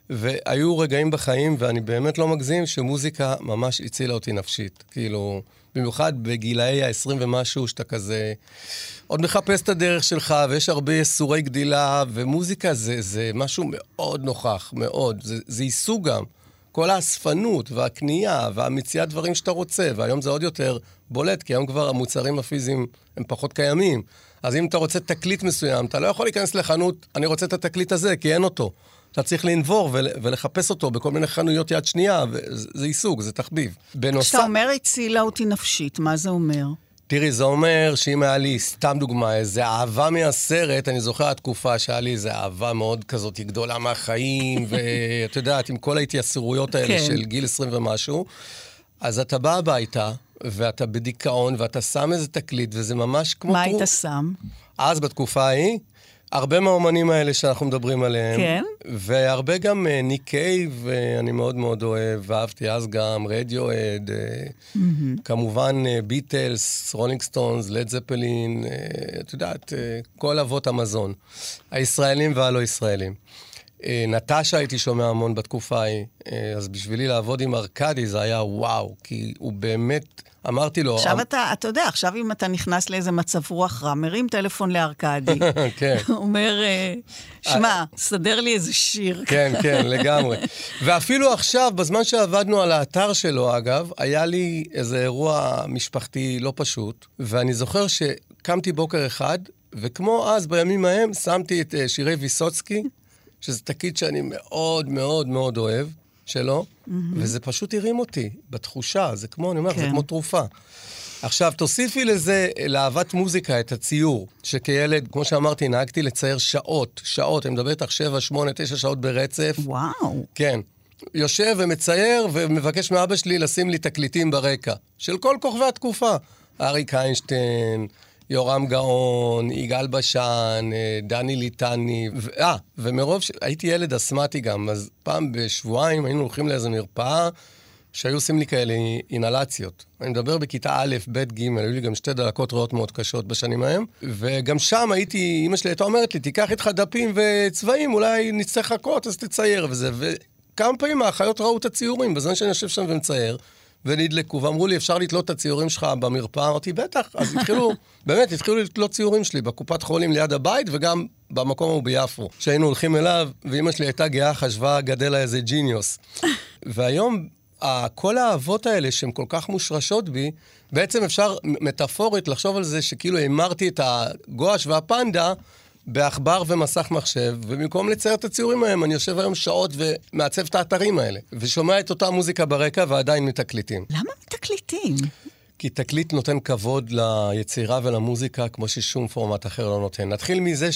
והיו רגעים בחיים, ואני באמת לא מגזים, שמוזיקה ממש הצילה אותי נפשית. כאילו, במיוחד בגילאי ה-עשרים ומשהו, שאתה כזה עוד מחפש את הדרך שלך, ויש הרבה יסורי גדילה, ומוזיקה זה, זה משהו מאוד נוכח, מאוד. זה, זה עיסוק גם. כל האספנות והקנייה והמציאת דברים שאתה רוצה, והיום זה עוד יותר בולט, כי היום כבר המוצרים הפיזיים הם פחות קיימים. אז אם אתה רוצה תקליט מסוים, אתה לא יכול להיכנס לחנות, אני רוצה את התקליט הזה, כי אין אותו. אתה צריך לנבור ולחפש אותו בכל מיני חנויות יד שנייה, וזה עיסוק, זה תחביב. בנוסף... כשאתה אומר הצילה אותי נפשית, מה זה אומר? תראי, זה אומר שאם היה לי, סתם דוגמה, איזה אהבה מהסרט, אני זוכר התקופה שהיה לי איזו אהבה מאוד כזאת גדולה מהחיים, ואת יודעת, עם כל ההתייסרויות האלה כן. של גיל עשרים ומשהו, אז אתה בא הביתה, ואתה בדיכאון, ואתה שם איזה תקליט, וזה ממש כמו... מה היית שם? אז בתקופה ההיא, הרבה מהאומנים האלה שאנחנו מדברים עליהם. כן. והרבה גם ניק קייב, ואני מאוד מאוד אוהב, ואהבתי אז גם רדיואד, mm-hmm. כמובן ביטלס, רולינג סטונס, לד זפלין, את יודעת, כל אבות המזון. הישראלים והלא ישראלים. נטשה הייתי שומע המון בתקופה ההיא, אז בשבילי לעבוד עם ארקדי זה היה וואו, כי הוא באמת... אמרתי לו... עכשיו אתה, אתה יודע, עכשיו אם אתה נכנס לאיזה מצב רוח רע, מרים טלפון לארקדי. כן. הוא אומר, שמע, סדר לי איזה שיר. כן, כן, לגמרי. ואפילו עכשיו, בזמן שעבדנו על האתר שלו, אגב, היה לי איזה אירוע משפחתי לא פשוט, ואני זוכר שקמתי בוקר אחד, וכמו אז בימים ההם, שמתי את שירי ויסוצקי, שזה תקליט שאני מאוד מאוד מאוד אוהב, שלו, mm-hmm. וזה פשוט הרים אותי, בתחושה, זה כמו, אני אומר, כן. זה כמו תרופה. עכשיו, תוסיפי לזה, לאהבת מוזיקה, את הציור, שכילד, כמו שאמרתי, נהגתי לצייר שעות, שעות, אני מדבר איתך שבע, שמונה, תשע שעות ברצף. וואו. כן. יושב ומצייר, ומבקש מאבא שלי לשים לי תקליטים ברקע, של כל כוכבי התקופה. אריק איינשטיין, יורם גאון, יגאל בשן, דני ליטני, אה, ומרוב שהייתי ילד אסמטי גם, אז פעם בשבועיים היינו הולכים לאיזו מרפאה, שהיו עושים לי כאלה אינהלציות. אני מדבר בכיתה א', ב', ג', היו לי גם שתי דלקות רעות מאוד קשות בשנים ההם, וגם שם הייתי, אמא שלי הייתה אומרת לי, תיקח איתך דפים וצבעים, אולי נצטרך לחכות, אז תצייר וזה, וכמה פעמים האחיות ראו את הציורים, בזמן שאני יושב שם ומצייר, ונדלקו, ואמרו לי, אפשר לתלות את הציורים שלך במרפאה? אמרתי, בטח. אז התחילו, באמת, התחילו לתלות ציורים שלי בקופת חולים ליד הבית, וגם במקום הוא ביפו. שהיינו הולכים אליו, ואמא שלי הייתה גאה, חשבה, גדל לה איזה ג'יניוס. והיום, כל האהבות האלה, שהן כל כך מושרשות בי, בעצם אפשר מטאפורית לחשוב על זה, שכאילו אמרתי את הגואש והפנדה, באחבר ומסך מחשב, ובמקום לצייר את הציורים ההם, אני יושב היום שעות ומעצב את האתרים האלה, ושומע את אותה מוזיקה ברקע, ועדיין מתקליטים. למה מתקליטים? כי תקליט נותן כבוד ליצירה ולמוזיקה, כמו ששום פורמט אחר לא נותן. נתחיל מזה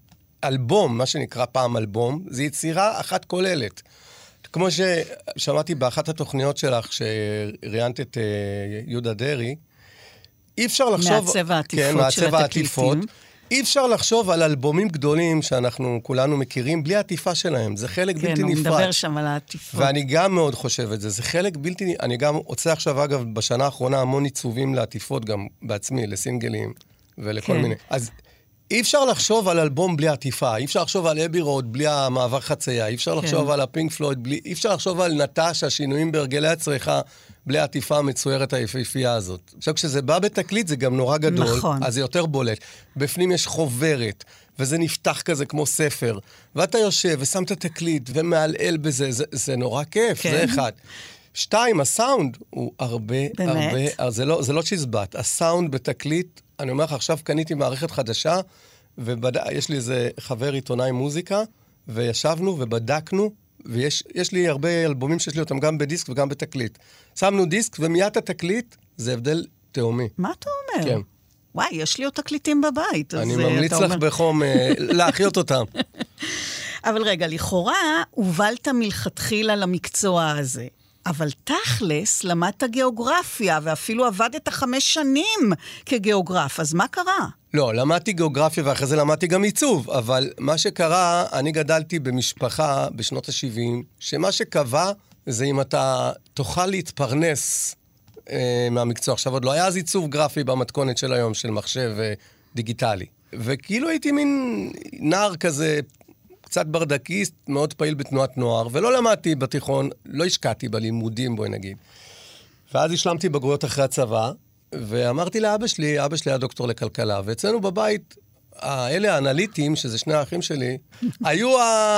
שאלבום, מה שנקרא פעם אלבום, זה יצירה אחת כוללת. כמו ששמעתי באחת התוכניות שלך, שראיינת את יהודה דרעי, אי אפשר לחשוב... מעצב העטיפות כן, של מעצב התקליטים. העטיפות. אי אפשר לחשוב על אלבומים גדולים שאנחנו כולנו מכירים, בלי העטיפה שלהם. זה חלק כן, בלתי הוא נפרד. מדבר שם על העטיפות. ואני גם מאוד חושב את זה. זה חלק בלתי... אני גם רוצה עכשיו, אגב, בשנה האחרונה המון עיצובים לעטיפות, גם בעצמי, לסינגלים ולכל כן. מיני. אז אי אפשר לחשוב על אלבום בלי עטיפה, אי אפשר לחשוב על אבי רוד בלי המעבר חצייה, אי אפשר לחשוב כן. על הפינק פלויד, בלי... אי אפשר לחשוב על נטשה, שינויים בהרגלי הצריכה, בלי העטיפה המצוירת היפהפייה הזאת. עכשיו, כשזה בא בתקליט, זה גם נורא גדול, נכון. אז זה יותר בולט. בפנים יש חוברת, וזה נפתח כזה כמו ספר, ואתה יושב ושם את התקליט ומעלעל בזה, זה, זה נורא כיף, כן. זה אחד. שתיים, הסאונד הוא הרבה, באמת? הרבה, זה לא, זה לא צ'יזבט. הסאונד בתקליט, אני אומר לך, עכשיו קניתי מערכת חדשה, ויש לי איזה חבר עיתונאי מוזיקה, וישבנו ובדקנו, ויש יש לי הרבה אלבומים שיש לי אותם גם בדיסק וגם בתקליט. שמנו דיסק, ומיד התקליט זה הבדל תאומי. מה אתה אומר? כן. וואי, יש לי עוד תקליטים בבית. אני ממליץ לך בחום להחיות אותם. אבל רגע, לכאורה, הובלת מלכתחילה למקצוע הזה. אבל תכלס, למדת גיאוגרפיה, ואפילו עבדת חמש שנים כגיאוגרף, אז מה קרה? לא, למדתי גיאוגרפיה ואחרי זה למדתי גם עיצוב, אבל מה שקרה, אני גדלתי במשפחה בשנות ה-שבעים, שמה שקבע זה אם אתה תוכל להתפרנס אה, מהמקצוע. עכשיו עוד לא היה אז עיצוב גרפי במתכונת של היום, של מחשב אה, דיגיטלי. וכאילו הייתי מין נער כזה, קצת ברדקיסט, מאוד פעיל בתנועת נוער, ולא למדתי בתיכון, לא השקעתי בלימודים, בואי נגיד. ואז השלמתי בגרויות אחרי הצבא, ואמרתי לאבא שלי, אבא שלי היה דוקטור לכלכלה, ואצלנו בבית, האלה האנליטים, שזה שני האחים שלי, היו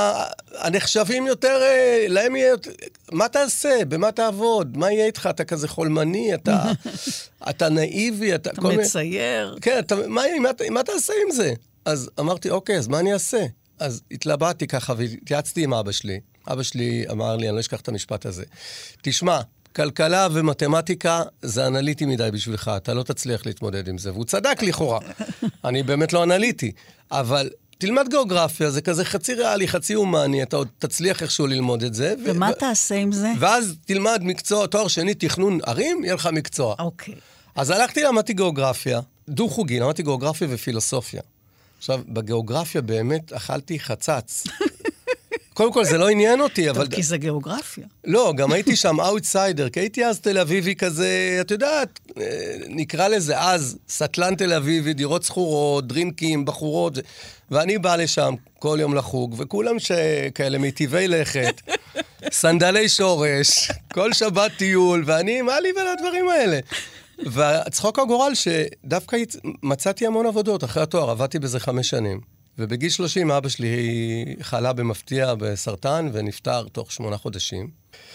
הנחשבים יותר, להם יהיה יותר, מה תעשה? במה תעבוד? מה יהיה איתך? אתה כזה חולמני, אתה, אתה נאיבי, אתה... אתה מצייר. כן, אתה, מה, מה, מה תעשה עם זה? אז אמרתי, אוקיי, אז מה אני אעשה? אז התלבטתי ככה, והתייעצתי עם אבא שלי. אבא שלי אמר לי, אני לא אשכח את המשפט הזה. תשמע, כלכלה ומתמטיקה זה אנליטי מדי בשבילך, אתה לא תצליח להתמודד עם זה. והוא צדק לכאורה. אני באמת לא אנליטי. אבל תלמד גיאוגרפיה, זה כזה חצי ריאלי, חצי הומני, אתה עוד תצליח איכשהו ללמוד את זה. ומה ו... תעשה עם זה? ואז תלמד מקצוע, תואר שני, תכנון ערים, יהיה לך מקצוע. אוקיי. אז הלכתי, למדתי גיאוגרפיה, דו-חוגי, למדתי גיאוגרפיה ופילוסופיה. עכשיו, בגיאוגרפיה באמת אכלתי חצץ. קודם כל, זה לא עניין אותי, אבל... טוב, כי זה גיאוגרפיה. לא, גם הייתי שם אאוטסיידר, כי הייתי אז תל אביבי כזה, את יודעת, נקרא לזה אז, סטלן תל אביבי, דירות סחורות, דרינקים, בחורות, ואני בא לשם כל יום לחוג, וכולם שכאלה מיטיבי לכת, סנדלי שורש, כל שבת טיול, ואני, מה לי בין הדברים האלה? והצחוק הגורל שדווקא מצאתי המון עבודות אחרי התואר, עבדתי בזה חמש שנים. ובגיל שלושים אבא שלי חלה במפתיע בסרטן ונפטר תוך שמונה חודשים.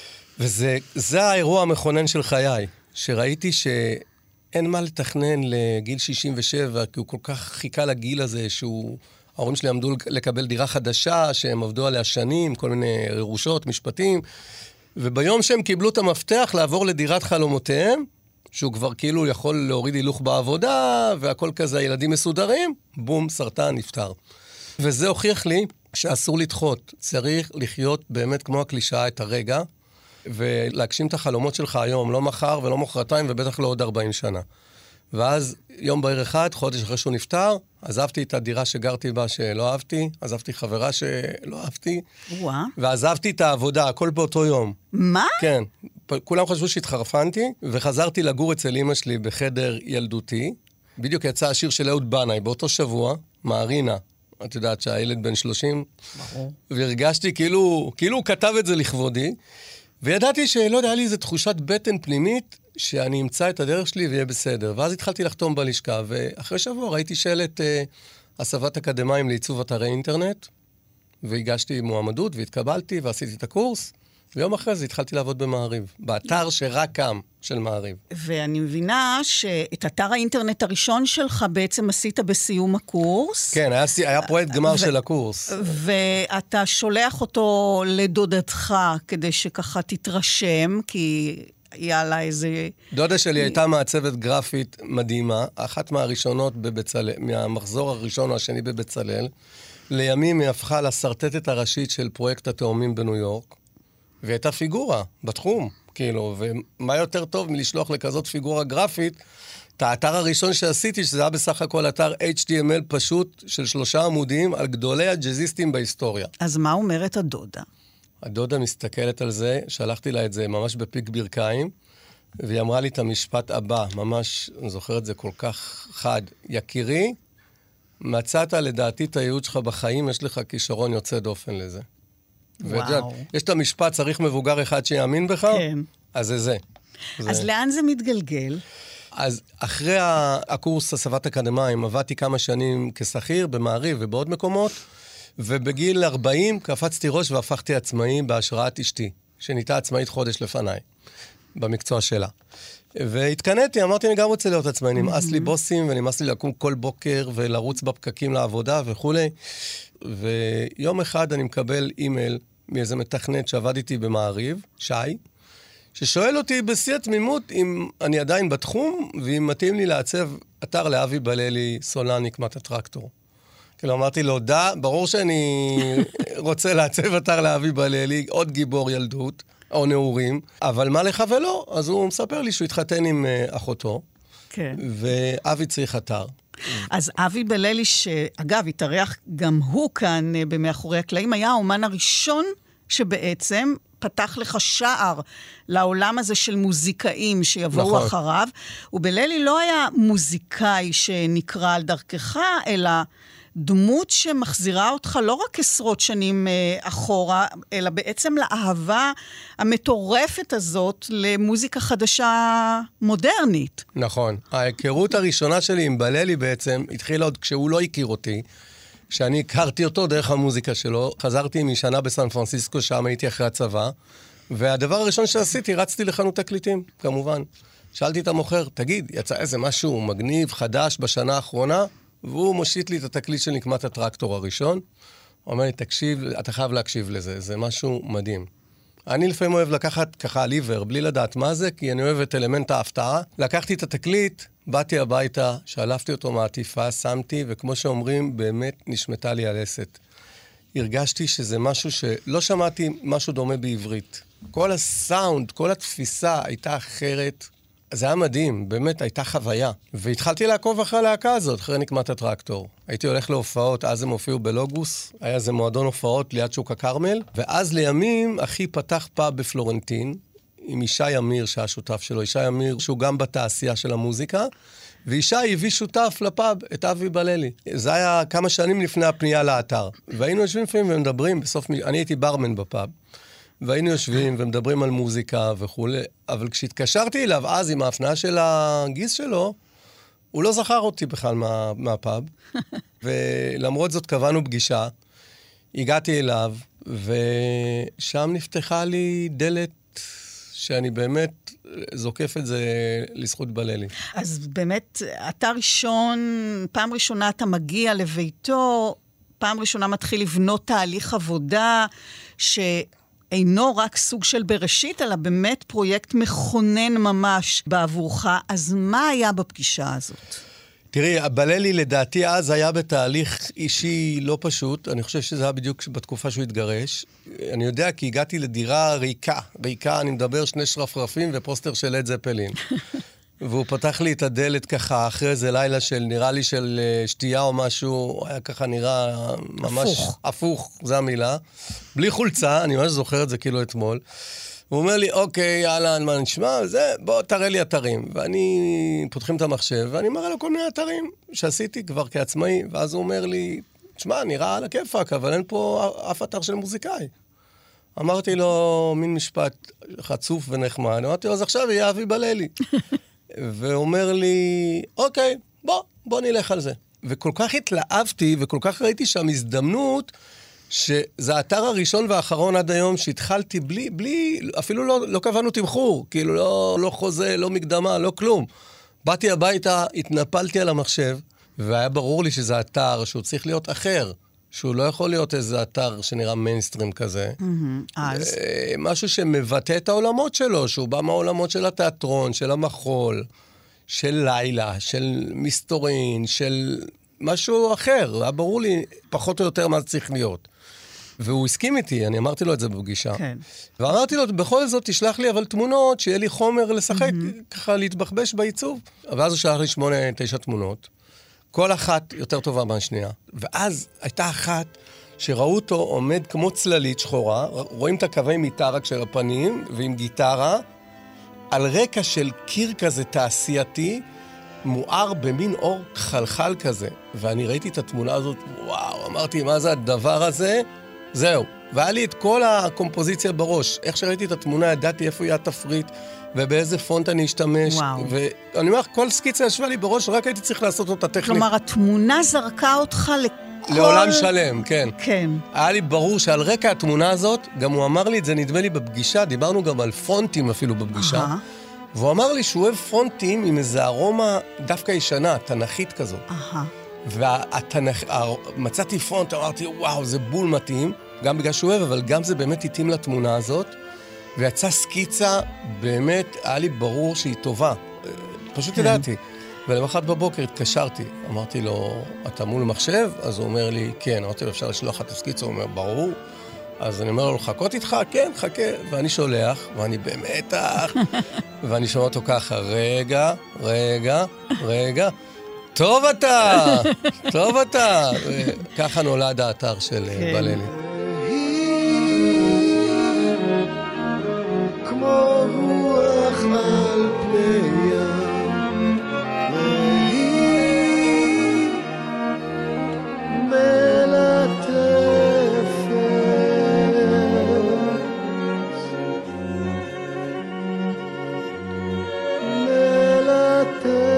וזה זה האירוע המכונן של חיי, שראיתי שאין מה לתכנן לגיל שישים ושבע, כי הוא כל כך חיכה לגיל הזה שהוא... ההורים שלי עמדו לקבל דירה חדשה, שהם עבדו עליה שנים, כל מיני רירושות, משפטים, וביום שהם קיבלו את המפתח לעבור לדירת חלומותיהם, שהוא כבר כאילו יכול להוריד הילוך בעבודה, והכל כזה, הילדים מסודרים, בום, סרטן, נפטר. וזה הוכיח לי שאסור לדחות. צריך לחיות באמת כמו הקלישאה את הרגע, ולהגשים את החלומות שלך היום, לא מחר ולא מחרתיים, ובטח לא עוד ארבעים שנה. ואז יום בהיר אחד, חודש אחרי שהוא נפטר, עזבתי את הדירה שגרתי בה שלא אהבתי, עזבתי חברה שלא אהבתי, וואו. ועזבתי את העבודה, הכל באותו יום. מה? כן. כולם חשבו שהתחרפנתי, וחזרתי לגור אצל אמא שלי בחדר ילדותי. בדיוק יצא השיר של אהוד בנאי, באותו שבוע, מערינה. את יודעת שהילד בן שלושים. ברור. והרגשתי כאילו, כאילו הוא כתב את זה לכבודי, וידעתי שלא יודע, היה לי איזו תחושת בטן פנימית, שאני אמצא את הדרך שלי ויהיה בסדר. ואז התחלתי לחתום בלשכה, ואחרי שבוע ראיתי שלט אה, הסבת אקדמיים לעיצוב אתרי אינטרנט, והגשתי מועמדות והתקבלתי ועשיתי את הקורס, ויום אחרי זה התחלתי לעבוד במעריב, באתר שרק קם של מעריב. ואני מבינה שאת אתר האינטרנט הראשון שלך בעצם עשית בסיום הקורס. כן, היה, היה פרויקט גמר ו- של הקורס. ואתה שולח אותו לדודתך כדי שככה תתרשם, כי יאללה איזה... דודה שלי הייתה מעצבת גרפית מדהימה, אחת מהראשונות בבצלאל, מהמחזור הראשון או השני בבצלאל. לימים היא הפכה לסרטטת הראשית של פרויקט התאומים בניו יורק. והייתה פיגורה בתחום, כאילו, ומה יותר טוב מלשלוח לכזאת פיגורה גרפית, את האתר הראשון שעשיתי, שזה היה בסך הכל אתר אייץ' טי אם אל פשוט של שלושה עמודים על גדולי הג'אזיסטים בהיסטוריה. אז מה אומרת הדודה? הדודה מסתכלת על זה, שלחתי לה את זה ממש בפיק ברכיים, והיא אמרה לי את המשפט הבא, ממש, אני זוכר את זה כל כך חד, יקירי, מצאת לדעתי את הייעוד שלך בחיים, יש לך כישרון יוצא דופן לזה. וואו. יש את המשפט, צריך מבוגר אחד שיאמין בך, כן. אז זה זה. אז זה... לאן זה מתגלגל? אז אחרי הקורס הסבת אקדמיים, עבדתי כמה שנים כשכיר במעריב ובעוד מקומות, ובגיל ארבעים קפצתי ראש והפכתי עצמאי בהשראת אשתי, שנהייתה עצמאית חודש לפניי, במקצוע שלה. והתקנאתי, אמרתי, אני גם רוצה להיות עצמאי, נמאס לי בוסים, ונמאס לי לקום כל בוקר, ולרוץ בפקקים לעבודה וכו'. ויום אחד אני מקבל אימייל מאיזה מתכנת שעבד איתי במעריב, שי, ששואל אותי בשיא התמימות אם אני עדיין בתחום, ואם מתאים לי לעצב אתר לאבי בללי סולני כמת הטרקטור. כאילו אמרתי לו, דה, ברור שאני רוצה לעצב אתר לאבי בללי, עוד גיבור ילדות, או נעורים, אבל מה לך ולא? אז הוא מספר לי שהוא התחתן עם אחותו, כן. ואבי צריך אתר. אז אבי בללי, שאגב, התארח גם הוא כאן במאחורי הקלעים, היה האומן הראשון שבעצם פתח לך שער לעולם הזה של מוזיקאים שיבואו נכון. אחריו, ובללי לא היה מוזיקאי שנקרא על דרכך, אלא דמות שמחזירה אותך לא רק עשרות שנים אה, אחורה, אלא בעצם לאהבה המטורפת הזאת למוזיקה חדשה מודרנית. נכון. ההיכרות הראשונה שלי עם בללי בעצם התחילה עוד כשהוא לא הכיר אותי, כשאני הכרתי אותו דרך המוזיקה שלו. חזרתי משנה בסן פרנסיסקו, שם הייתי אחרי הצבא, והדבר הראשון שעשיתי, רצתי לחנות תקליטים, כמובן. שאלתי את המוכר, תגיד, יצא איזה משהו מגניב, חדש בשנה האחרונה? והוא מושיט לי את התקליט של נקמת הטרקטור הראשון. הוא אומר לי, תקשיב, אתה חייב להקשיב לזה, זה משהו מדהים. אני לפעמים אוהב לקחת ככה ליבר, בלי לדעת מה זה, כי אני אוהב את אלמנט ההפתעה. לקחתי את התקליט, באתי הביתה, שלפתי אותו מעטיפה, שמתי, וכמו שאומרים, באמת נשמתה לי הלסת. הרגשתי שזה משהו שלא שמעתי משהו דומה בעברית. כל הסאונד, כל התפיסה הייתה אחרת. זה היה מדהים, באמת הייתה חוויה. והתחלתי לעקוב אחרי הלהקה הזאת, אחרי נקמת הטרקטור. הייתי הולך להופעות, אז הם הופיעו בלוגוס, היה איזה מועדון הופעות ליד שוק הכרמל, ואז לימים אחי פתח פאב בפלורנטין, עם ישי אמיר שהיה שותף שלו, ישי אמיר שהוא גם בתעשייה של המוזיקה, וישי הביא שותף לפאב, את אבי בללי. זה היה כמה שנים לפני הפנייה לאתר. והיינו יושבים לפעמים ומדברים, בסוף, אני הייתי ברמן בפאב. והיינו יושבים ומדברים על מוזיקה וכו', אבל כשהתקשרתי אליו אז עם ההפניה של הגיס שלו, הוא לא זכר אותי בכלל מה, מהפאב, ולמרות זאת קבענו פגישה, הגעתי אליו, ושם נפתחה לי דלת שאני באמת זוקף את זה לזכות בללי. אז באמת, אתה ראשון, פעם ראשונה אתה מגיע לביתו, פעם ראשונה מתחיל לבנות תהליך עבודה, ש... אינו רק סוג של בראשית, אלא באמת פרויקט מכונן ממש בעבורך. אז מה היה בפגישה הזאת? תראי, בללי לדעתי אז היה בתהליך אישי לא פשוט. אני חושב שזה היה בדיוק בתקופה שהוא התגרש. אני יודע כי הגעתי לדירה ריקה. ריקה, אני מדבר שני שרפרפים ופוסטר של לד זפלין. והוא פתח לי את הדלת ככה אחרי איזה לילה של, נראה לי של שתייה או משהו, היה ככה נראה ממש... הפוך. הפוך, זו המילה. בלי חולצה, אני ממש זוכר את זה כאילו אתמול. הוא אומר לי, אוקיי, יאללה, מה נשמע? זה, בוא, תראה לי אתרים. ואני פותחים את המחשב, ואני מראה לו כל מיני אתרים שעשיתי כבר כעצמאי, ואז הוא אומר לי, תשמע, נראה על הכיפק, אבל אין פה אף אתר של מוזיקאי. אמרתי לו, מין משפט חצוף ונחמד, אמרתי לו, אז עכשיו יהיה אבי בללי. ואומר לי, אוקיי, בוא, בוא נלך על זה. וכל כך התלהבתי, וכל כך ראיתי שם הזדמנות, שזה האתר הראשון והאחרון עד היום שהתחלתי בלי, בלי, אפילו לא, לא קבענו תמחור, כאילו לא, לא חוזה, לא מקדמה, לא כלום. באתי הביתה, התנפלתי על המחשב, והיה ברור לי שזה אתר שהוא צריך להיות אחר, שהוא לא יכול להיות איזה אתר שנראה מיינסטרים כזה. אז? משהו שמבטא את העולמות שלו, שהוא בא מהעולמות של התיאטרון, של המחול, של לילה, של מסתורין, של משהו אחר. היה ברור לי פחות או יותר מה זה צריך להיות. והוא הסכים איתי, אני אמרתי לו את זה בפגישה. כן. ואמרתי לו, בכל זאת תשלח לי אבל תמונות, שיהיה לי חומר לשחק, ככה להתבחבש בעיצוב. ואז הוא שלח לי שמונה, תשע תמונות. כל אחת יותר טובה מהשנייה. ואז הייתה אחת שראו אותו עומד כמו צללית שחורה, רואים את הקווי מיטה רק של הפנים, ועם גיטרה, על רקע של קיר כזה תעשייתי, מואר במין אור חלחל כזה. ואני ראיתי את התמונה הזאת, וואו, אמרתי, מה זה הדבר הזה? זהו. והיה לי את כל הקומפוזיציה בראש. איך שראיתי את התמונה, ידעתי איפה יהיה התפריט, ובאיזה פונט אני אשתמש. וואו. ואני אומר, כל סקיצה ישבה לי בראש, רק הייתי צריך לעשות אותה טכנית. כלומר, התמונה זרקה אותך לכל... לעולם שלם, כן. כן. היה לי ברור שעל רקע התמונה הזאת, גם הוא אמר לי את זה, נדמה לי בפגישה, דיברנו גם על פונטים אפילו בפגישה, Aha. והוא אמר לי שהוא אוהב פונטים עם איזו ארומה דווקא ישנה, תנכית כזאת. אהה. והתנכ... מצאתי פונט, אמרתי, וואו, זה בול מתאים, גם בגלל שהוא אוהב, אבל גם זה באמת התאים לתמונה הזאת, ויצא סקיצה, באמת, היה לי ברור שהיא טובה. פשוט כן. ידעתי. ולמחרת בבוקר התקשרתי, אמרתי לו, אתה מול מחשב? אז הוא אומר לי, כן. אמרתי לו, אפשר לשלוח את הסקיצה? הוא אומר, ברור. אז אני אומר לו, לחכות איתך? כן, חכה. ואני שולח, ואני במתח, ואני שומע אותו ככה, רגע, רגע, רגע. טוב אתה, טוב אתה. ככה נולד האתר של בללי. כמו רוח על פני ים, והיא מלטפת, מלטפת.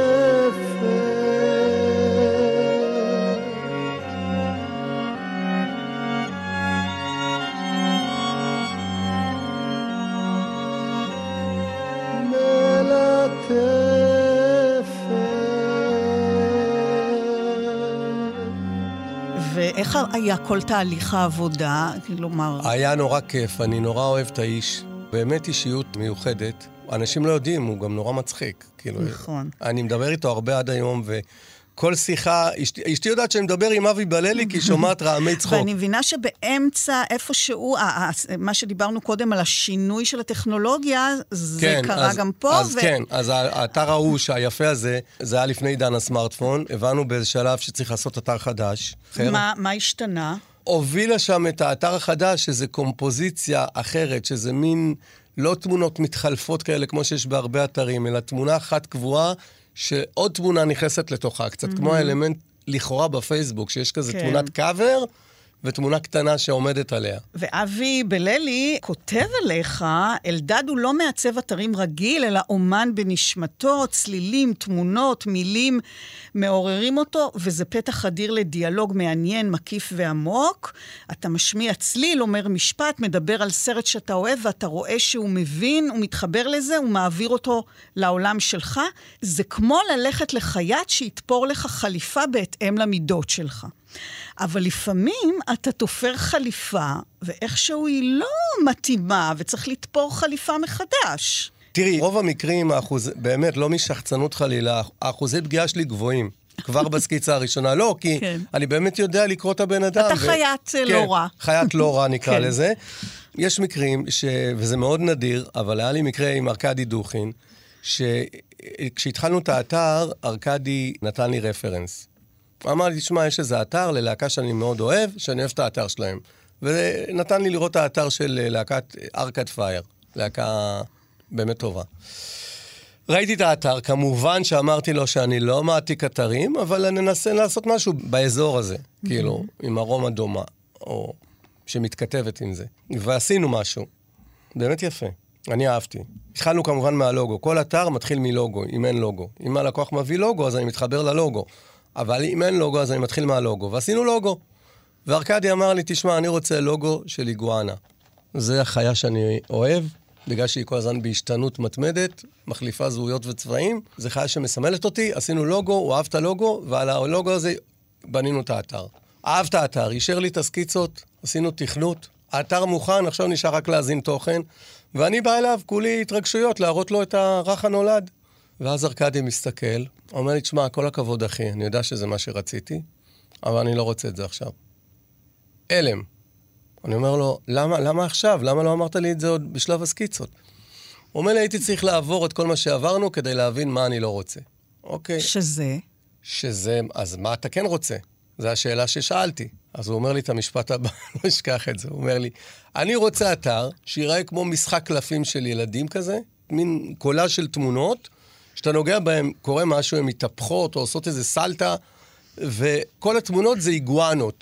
ואיך היה כל תהליך העבודה? כלומר... היה נורא כיף, אני נורא אוהב את האיש. באמת אישיות מיוחדת. אנשים לא יודעים, הוא גם נורא מצחיק. כאילו, נכון. אני מדבר איתו הרבה עד היום, וכל שיחה, אשתי, אשתי יודעת שאני מדבר עם אבי בללי, כי היא שומעת רעמי צחוק. ואני מבינה שבאמצע, איפשהו, מה שדיברנו קודם על השינוי של הטכנולוגיה, זה כן, קרה אז, גם פה. אז ו... כן, אז האתר ההוא היפה הזה, זה היה לפני עידן הסמארטפון, הבנו באיזה שלב שצריך לעשות אתר חדש. מה, מה השתנה? הובילה שם את האתר החדש, שזה קומפוזיציה אחרת, שזה מין לא תמונות מתחלפות כאלה, כמו שיש בהרבה אתרים, אלא תמונה אחת קבועה, שעוד תמונה נכנסת לתוכה, קצת mm-hmm. כמו האלמנט לכאורה בפייסבוק, שיש כזה כן. תמונת קאבר, ותמונה קטנה שעומדת עליה. ואבי בללי כותב עליך, אלדד הוא לא מעצב אתרים רגיל, אלא אומן בנשמתו, צלילים, תמונות, מילים, מעוררים אותו, וזה פתח אדיר לדיאלוג מעניין, מקיף ועמוק. אתה משמיע צליל, אומר משפט, מדבר על סרט שאתה אוהב, ואתה רואה שהוא מבין, הוא מתחבר לזה, הוא מעביר אותו לעולם שלך. זה כמו ללכת לחייט שיתפור לך חליפה בהתאם למידות שלך. אבל לפעמים אתה תופר חליפה, ואיכשהו היא לא מתאימה, וצריך לתפור חליפה מחדש. תראי, רוב המקרים, האחוז, באמת, לא משחצנות חלילה, האחוזי פגיעה שלי גבוהים. כבר בסקיצה הראשונה, לא, כי כן. אני באמת יודע לקרוא את הבן אדם. אתה ו... חייט כן, לא רע. חייט לא רע נקרא כן. לזה. יש מקרים, ש... וזה מאוד נדיר, אבל היה לי מקרה עם ארקדי דוכין, שכשהתחלנו את האתר, ארקדי נתן לי רפרנס. הוא אמר לי, תשמע, יש איזה אתר ללהקה שאני מאוד אוהב, שאני אוהב את האתר שלהם. ונתן לי לראות את האתר של להקת ארקד פייר, להקה באמת טובה. ראיתי את האתר, כמובן שאמרתי לו שאני לא מעתיק אתרים, אבל אני אנסה לעשות משהו באזור הזה, mm-hmm. כאילו, עם ארומה דומה, או שמתכתבת עם זה. ועשינו משהו, באמת יפה, אני אהבתי. התחלנו כמובן מהלוגו, כל אתר מתחיל מלוגו, אם אין לוגו. אם הלקוח מביא לוגו, אז אני מתחבר ללוגו. אבל אם אין לוגו, אז אני מתחיל מהלוגו. ועשינו לוגו. וארקדי אמר לי, תשמע, אני רוצה לוגו של איגואנה. זה החיה שאני אוהב, בגלל שהיא כל הזמן בהשתנות מתמדת, מחליפה זהויות וצבעים. זה חיה שמסמלת אותי, עשינו לוגו, הוא אהב את הלוגו, ועל הלוגו הזה בנינו את האתר. אהב את האתר, אישר לי את הסקיצות, עשינו תכנות. האתר מוכן, עכשיו נשאר רק להזין תוכן, ואני בא אליו, כולי התרגשויות, להראות לו את הרך הנולד. ואז ארקדי מסתכל, אומר לי, תשמע, כל הכבוד אחי, אני יודע שזה מה שרציתי, אבל אני לא רוצה את זה עכשיו. אלם. אני אומר לו, למה, למה עכשיו? למה לא אמרת לי את זה עוד בשלב הסקיצות? הוא אומר לי, הייתי צריך לעבור את כל מה שעברנו כדי להבין מה אני לא רוצה. אוקיי. שזה? שזה, אז מה אתה כן רוצה? זו השאלה ששאלתי. אז הוא אומר לי את המשפט הבא, לא אשכח את זה. הוא אומר לי, אני רוצה אתר שיראה כמו משחק קלפים של ילדים כזה, מין קולה של תמונות, שאתה נוגע בהם, קורה משהו, הן מתהפכות או עושות איזה סלטה, וכל התמונות זה איגואנות.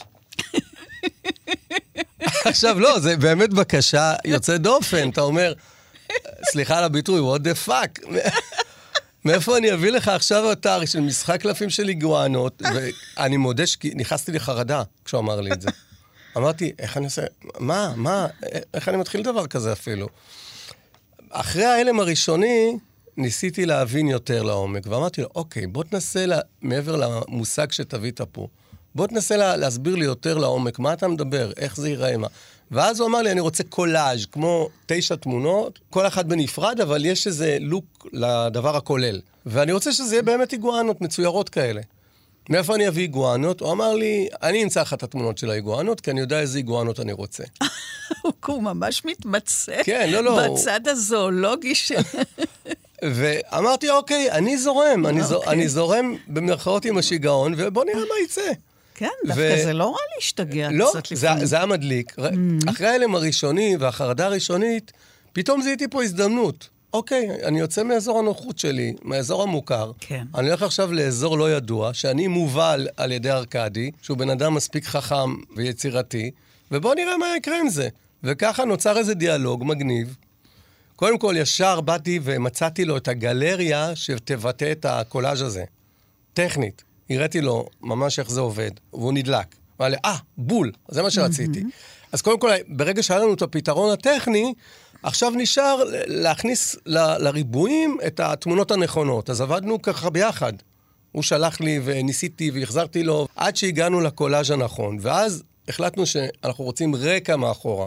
עכשיו, לא, זה באמת בקשה יוצא דופן. אתה אומר, סליחה על הביטוי, what the fuck? מאיפה אני אביא לך עכשיו אתר של משחק קלפים של איגואנות, ואני מודה שנכנסתי לחרדה כשהוא אמר לי את זה. אמרתי, איך אני עושה? מה? מה? איך אני מתחיל דבר כזה אפילו? אחרי ההלם הראשוני, ניסיתי להבין יותר לעומק, ואמרתי לו, אוקיי, בוא תנסה לה, מעבר למושג שתבית פה, בוא תנסה לה, להסביר לי יותר לעומק, מה אתה מדבר, איך זה ייראה, מה. ואז הוא אמר לי, אני רוצה קולאז', כמו תשע תמונות, כל אחת בנפרד, אבל יש איזה לוק לדבר הכולל. ואני רוצה שזה יהיה באמת איגואנות מצוירות כאלה. מאיפה אני אביא איגואנות? הוא אמר לי, אני אמצא לך את התמונות של האיגואנות, כי אני יודע איזה איגואנות אני רוצה. הוא ממש מתמצא כן, לא, לא. בצד הזואולוגי של... ואמרתי, אוקיי, אני זורם, אני, זור, אני זורם במרכאות עם השיגעון, ובוא נראה מה יצא. כן, דווקא ו... זה לא רע להשתגע לא, קצת זה, לפעמים. זה היה מדליק. Mm-hmm. אחרי ההלם הראשוני והחרדה הראשונית, פתאום זיהיתי פה הזדמנות. אוקיי, אני יוצא מאזור הנוחות שלי, מהאזור המוכר. כן. אני הולך עכשיו לאזור לא ידוע, שאני מובל על ידי ארקדי, שהוא בן אדם מספיק חכם ויצירתי, ובואו נראה מה יקרה עם זה. וככה נוצר איזה דיאלוג מגניב. קודם כל, ישר באתי ומצאתי לו את הגלריה שתבטא את הקולאז' הזה. טכנית. הראיתי לו ממש איך זה עובד, והוא נדלק. הוא אמר לי, אה, בול, זה מה שרציתי. אז קודם כל, ברגע שהיה לנו את הפתרון הטכני, עכשיו נשאר להכניס ל- לריבועים את התמונות הנכונות. אז עבדנו ככה ביחד. הוא שלח לי וניסיתי והחזרתי לו, עד שהגענו לקולאז' הנכון. ואז החלטנו שאנחנו רוצים רקע מאחורה,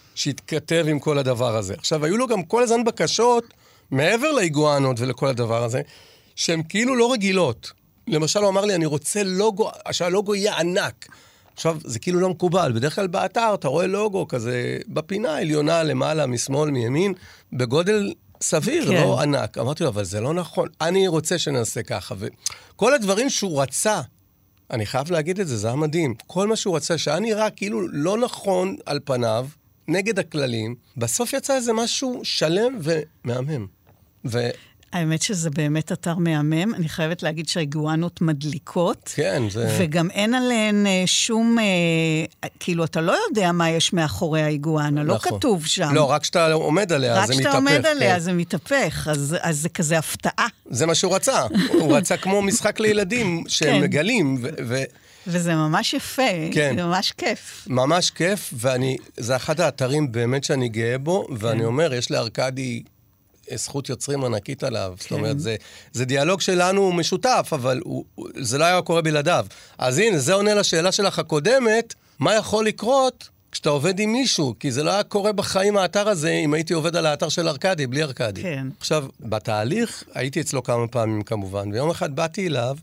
שיתכתב עם כל הדבר הזה. עכשיו, היו לו גם כל הזמן בקשות, מעבר לאיגואנות ולכל הדבר הזה, שהן כאילו לא רגילות. למשל, הוא אמר לי, אני רוצה לוגו, שהלוגו יהיה ענק. עכשיו, זה כאילו לא מקובל. בדרך כלל באתר, אתה רואה לוגו כזה, בפינה העליונה, למעלה, משמאל, מימין, בגודל סביר, כן. לא ענק. אמרתי לו, אבל זה לא נכון. אני רוצה שנעשה ככה. וכל הדברים שהוא רצה, אני חייב להגיד את זה, זה היה מדהים. כל מה שהוא רצה, שהיה נראה כאילו לא נכון על פניו, נגד הכללים, בסוף יצא איזה משהו שלם ומהמם. ו... האמת שזה באמת אתר מהמם. אני חייבת להגיד שהאיגואנות מדליקות. כן, זה... וגם אין עליהן שום... כאילו, אתה לא יודע מה יש מאחורי האיגואנה, לא נכון. כתוב שם. לא, רק כשאתה עומד עליה, זה מתהפך. רק כשאתה עומד עליה, כן. זה מתהפך. אז, אז זה כזה הפתעה. זה מה שהוא רצה. הוא רצה כמו משחק לילדים שהם כן. מגלים, ו... ו... וזה ממש יפה. כן. זה ממש כיף. ממש כיף, ואני... זה אחד האתרים באמת שאני גאה בו, כן. ואני אומר, יש לארקדי... זכות יוצרים ענקית עליו. כן. זאת אומרת, זה, זה דיאלוג שלנו משותף, אבל הוא, זה לא היה קורה בלעדיו. אז הנה, זה עונה לשאלה שלך הקודמת, מה יכול לקרות כשאתה עובד עם מישהו? כי זה לא היה קורה בחיים האתר הזה, אם הייתי עובד על האתר של ארקדי, בלי ארקדי. כן. עכשיו, בתהליך, הייתי אצלו כמה פעמים כמובן, ויום אחד באתי אליו,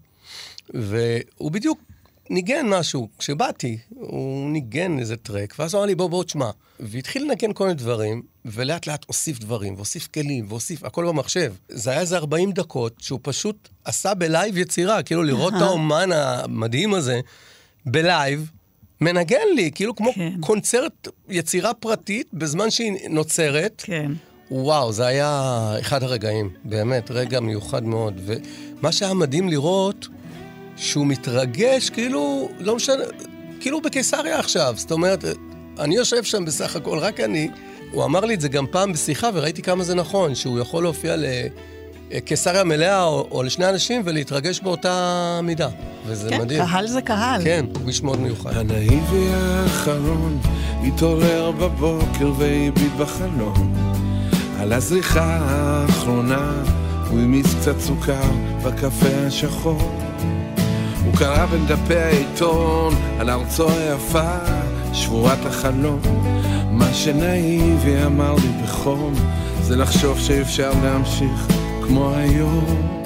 והוא בדיוק ניגן משהו. כשבאתי, הוא ניגן איזה טרק, ואז הוא אמר לי, בוא, בוא, תשמע. והתחיל לנגן כל מיני דברים, ולאט לאט הוסיף דברים, והוסיף כלים, והוסיף, הכל במחשב. זה היה איזה ארבעים דקות, שהוא פשוט עשה בלייב יצירה, כאילו לראות את האומן המדהים הזה, בלייב, מנגן לי, כאילו כמו כן. קונצרט יצירה פרטית, בזמן שהיא נוצרת. כן. וואו, זה היה אחד הרגעים, באמת, רגע מיוחד מאוד. ומה שהיה מדהים לראות, שהוא מתרגש, כאילו, לא משנה, כאילו בקיסריה עכשיו, זאת אומרת, אני יושב שם בסך הכל, רק אני, הוא אמר לי את זה גם פעם בשיחה, וראיתי כמה זה נכון, שהוא יכול להופיע לקיסריה מלאה, או, או לשני אנשים, ולהתרגש באותה מידה, וזה כן, מדהים. קהל זה קהל. כן, הוא איש מאוד מיוחד. הנאיבי האחרון התעורר בבוקר והביט בחלום, על הזריחה האחרונה, הוא המיס קצת סוכר בקפה השחור, הוא קרא בין דפי העיתון על ארצו היפה, שבורת החלום. מה שנאיבי אמר לי בחום, זה לחשוב שאפשר להמשיך כמו היום.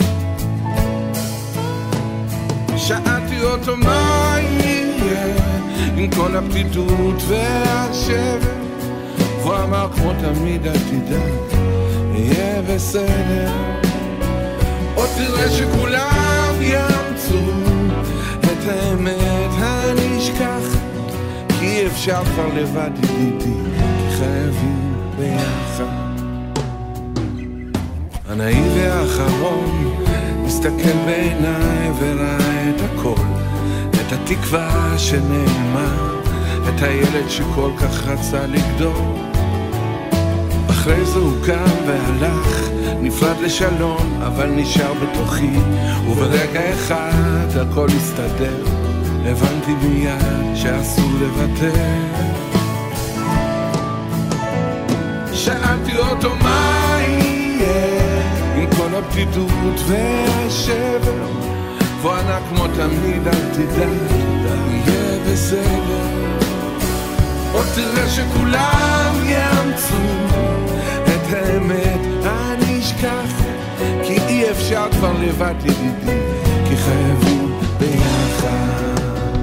שאלתי אותו מה יהיה עם כל הפתיתות והשבר, והוא אמר כמו תמיד אל תדאג, יהיה בסדר. עוד תראה שכולם יאמצו את האמת הנשכחת, כי אי אפשר כבר לבד ידידי, כי חייבים ביחד. הנאיבי האחרון מסתכל בעיניי וראה את הכל, את התקווה שנעלמה, את הילד שכל כך רצה לגדול. אחרי זה הוא קם והלך, נפרד לשלום, אבל נשאר בתוכי, וברגע אחד הכל הסתדר, הבנתי מיד שאסור לוותר. שאלתי אותו מה יהיה עם כל הפתיתות והשבר, והוא ענה כמו תמיד אל תדאג, יהיה בסדר. עוד תראה שכולם יאמצו את האמת הנשכח, כי אי אפשר כבר לבד ידידי, כי חייבים ביחד.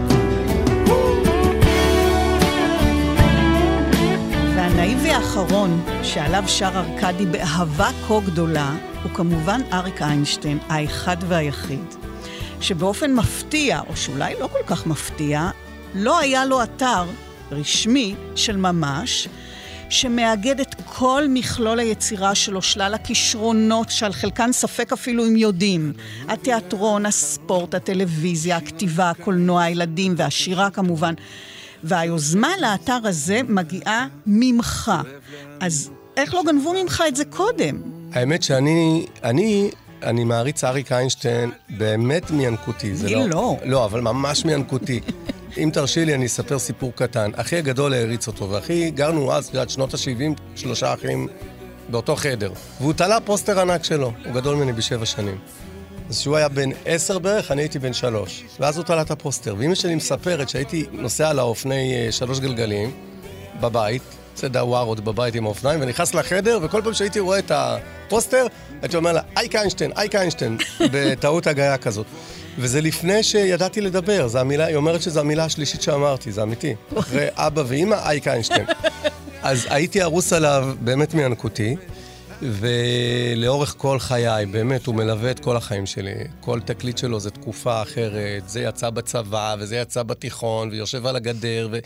והנאיבי האחרון שעליו שר ארקדי באהבה כה גדולה, הוא כמובן אריק איינשטיין, האחד והיחיד, שבאופן מפתיע, או שאולי לא כל כך מפתיע, לא היה לו אתר רשמי של ממש, שמאגד את כל מכלול היצירה שלו, שלל הכישרונות, שעל חלקן ספק אפילו אם יודעים. התיאטרון, הספורט, הטלוויזיה, הכתיבה, הקולנוע, הילדים והשירה כמובן. והיוזמה לאתר הזה מגיעה ממך. אז איך לא גנבו ממך את זה קודם? האמת שאני, אני, אני מעריץ אריק איינשטיין באמת מינקותי. אני לא. לא. לא, אבל ממש מינקותי. אם תרשי לי, אני אספר סיפור קטן. אחי הגדול העריץ אותו, ואחי, גרנו אז, עד שנות ה-שבעים, שלושה אחים באותו חדר. והוא תלה פוסטר ענק שלו, הוא גדול ממני בשבע שנים. אז שהוא היה בן עשר בערך, אני הייתי בן שלוש. ואז הוא תלה את הפוסטר. ואמא שלי מספרת שהייתי נוסע על האופני שלוש גלגלים, בבית, צדה ווארות בבית עם האופניים, ונכנס לחדר, וכל פעם שהייתי רואה את הפוסטר, הייתי אומר לה, אייק איינשטיין, אייק איינשטיין, בטעות הגיה כזאת. וזה לפני שידעתי לדבר, זה המילה, היא אומרת שזו המילה השלישית שאמרתי, זה אמיתי. אחרי אבא ואמא, אייק איינשטיין. אז הייתי ארוס עליו באמת מינקותי, ולאורך כל חיי, באמת, הוא מלווה את כל החיים שלי. כל תקליט שלו זה תקופה אחרת, זה יצא בצבא, וזה יצא בתיכון, ויושב על הגדר, ו...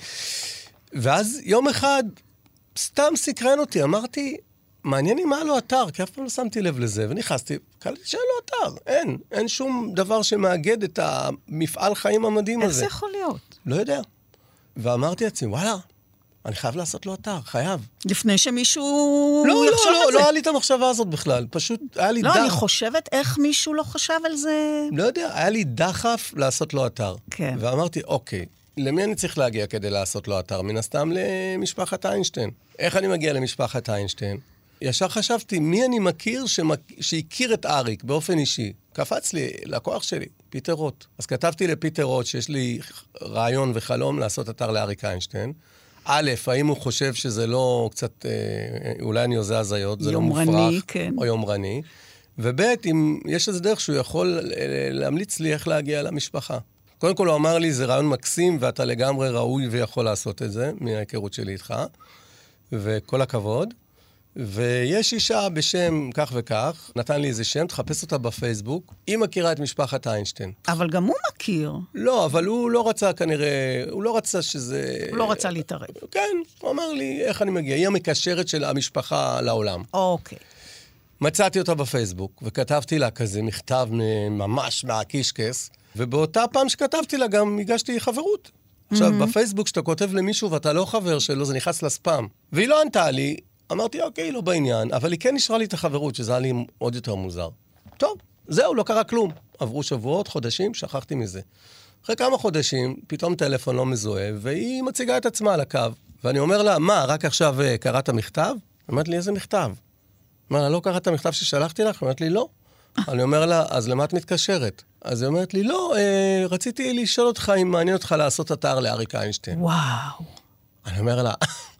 ואז יום אחד, סתם סקרן אותי, אמרתי, מעניין אם היה לו אתר, כי אף פעם לא שמתי לב לזה, ונכנסתי, קלטתי שאין לו אתר, אין, אין שום דבר שמאגד את המפעל חיים המדהים הזה. איך זה יכול להיות? לא יודע. ואמרתי לעצמי, וואלה, אני חייב לעשות לו אתר, חייב. לפני שמישהו לא, יחשוב לא, על לא, זה. לא היה לי את המחשבה הזאת בכלל, פשוט היה לי לא, דחף. אני חושבת איך מישהו לא חשב על זה. לא יודע, היה לי דחף לעשות לו אתר. כן. ואמרתי, אוקיי, למי אני צריך להגיע כדי לעשות לו אתר? מן הסתם למשפחת איינשטיין. איך אני מגיע למשפחת איינשטיין? ישר חשבתי, מי אני מכיר שמכ... שהכיר את אריק באופן אישי? קפץ לי, לקוח שלי, פיטר רוט. אז כתבתי לפיטר רוט שיש לי רעיון וחלום לעשות אתר לאריק איינשטיין. א', האם הוא חושב שזה לא קצת, אה, אולי אני עושה הזיות, זה לא מופרך, יומרני, כן. או יומרני. וב', אם יש איזה דרך שהוא יכול להמליץ לי איך להגיע למשפחה. קודם כל הוא אמר לי, זה רעיון מקסים, ואתה לגמרי ראוי ויכול לעשות את זה, מההיכרות שלי איתך, וכל הכבוד. ויש אישה בשם כך וכך, נתן לי איזה שם, תחפש אותה בפייסבוק, היא מכירה את משפחת איינשטיין. אבל גם הוא מכיר. לא, אבל הוא לא רצה כנראה, הוא לא רצה שזה... הוא לא רצה להתערב. כן, הוא אמר לי, איך אני מגיע? היא המקשרת של המשפחה לעולם. אוקיי. מצאתי אותה בפייסבוק, וכתבתי לה כזה מכתב ממש מהקישקס, ובאותה פעם שכתבתי לה גם הגשתי חברות. עכשיו, mm-hmm. בפייסבוק שאתה כותב למישהו ואתה לא חבר שלו, זה נכנס לספאם. והיא לא ענתה לי, אמרתי, אוקיי, לא בעניין, אבל היא כן נשארה לי את החברות, שזה היה לי עוד יותר מוזר. טוב, זהו, לא קרה כלום. עברו שבועות, חודשים, שכחתי מזה. אחרי כמה חודשים, פתאום טלפון לא מזוהה, והיא מציגה את עצמה על הקו. ואני אומר לה, מה, רק עכשיו קראת מכתב? היא אומרת לי, איזה מכתב? מה, לא קראת המכתב ששלחתי לך? היא אומרת לי, לא. אני אומר לה, אז למה את מתקשרת? אז היא אומרת לי, לא, אה, רציתי לשאול אותך אם מעניין אותך לעשות אתר לאריק איינשטיין. וואו. אני אומר לה,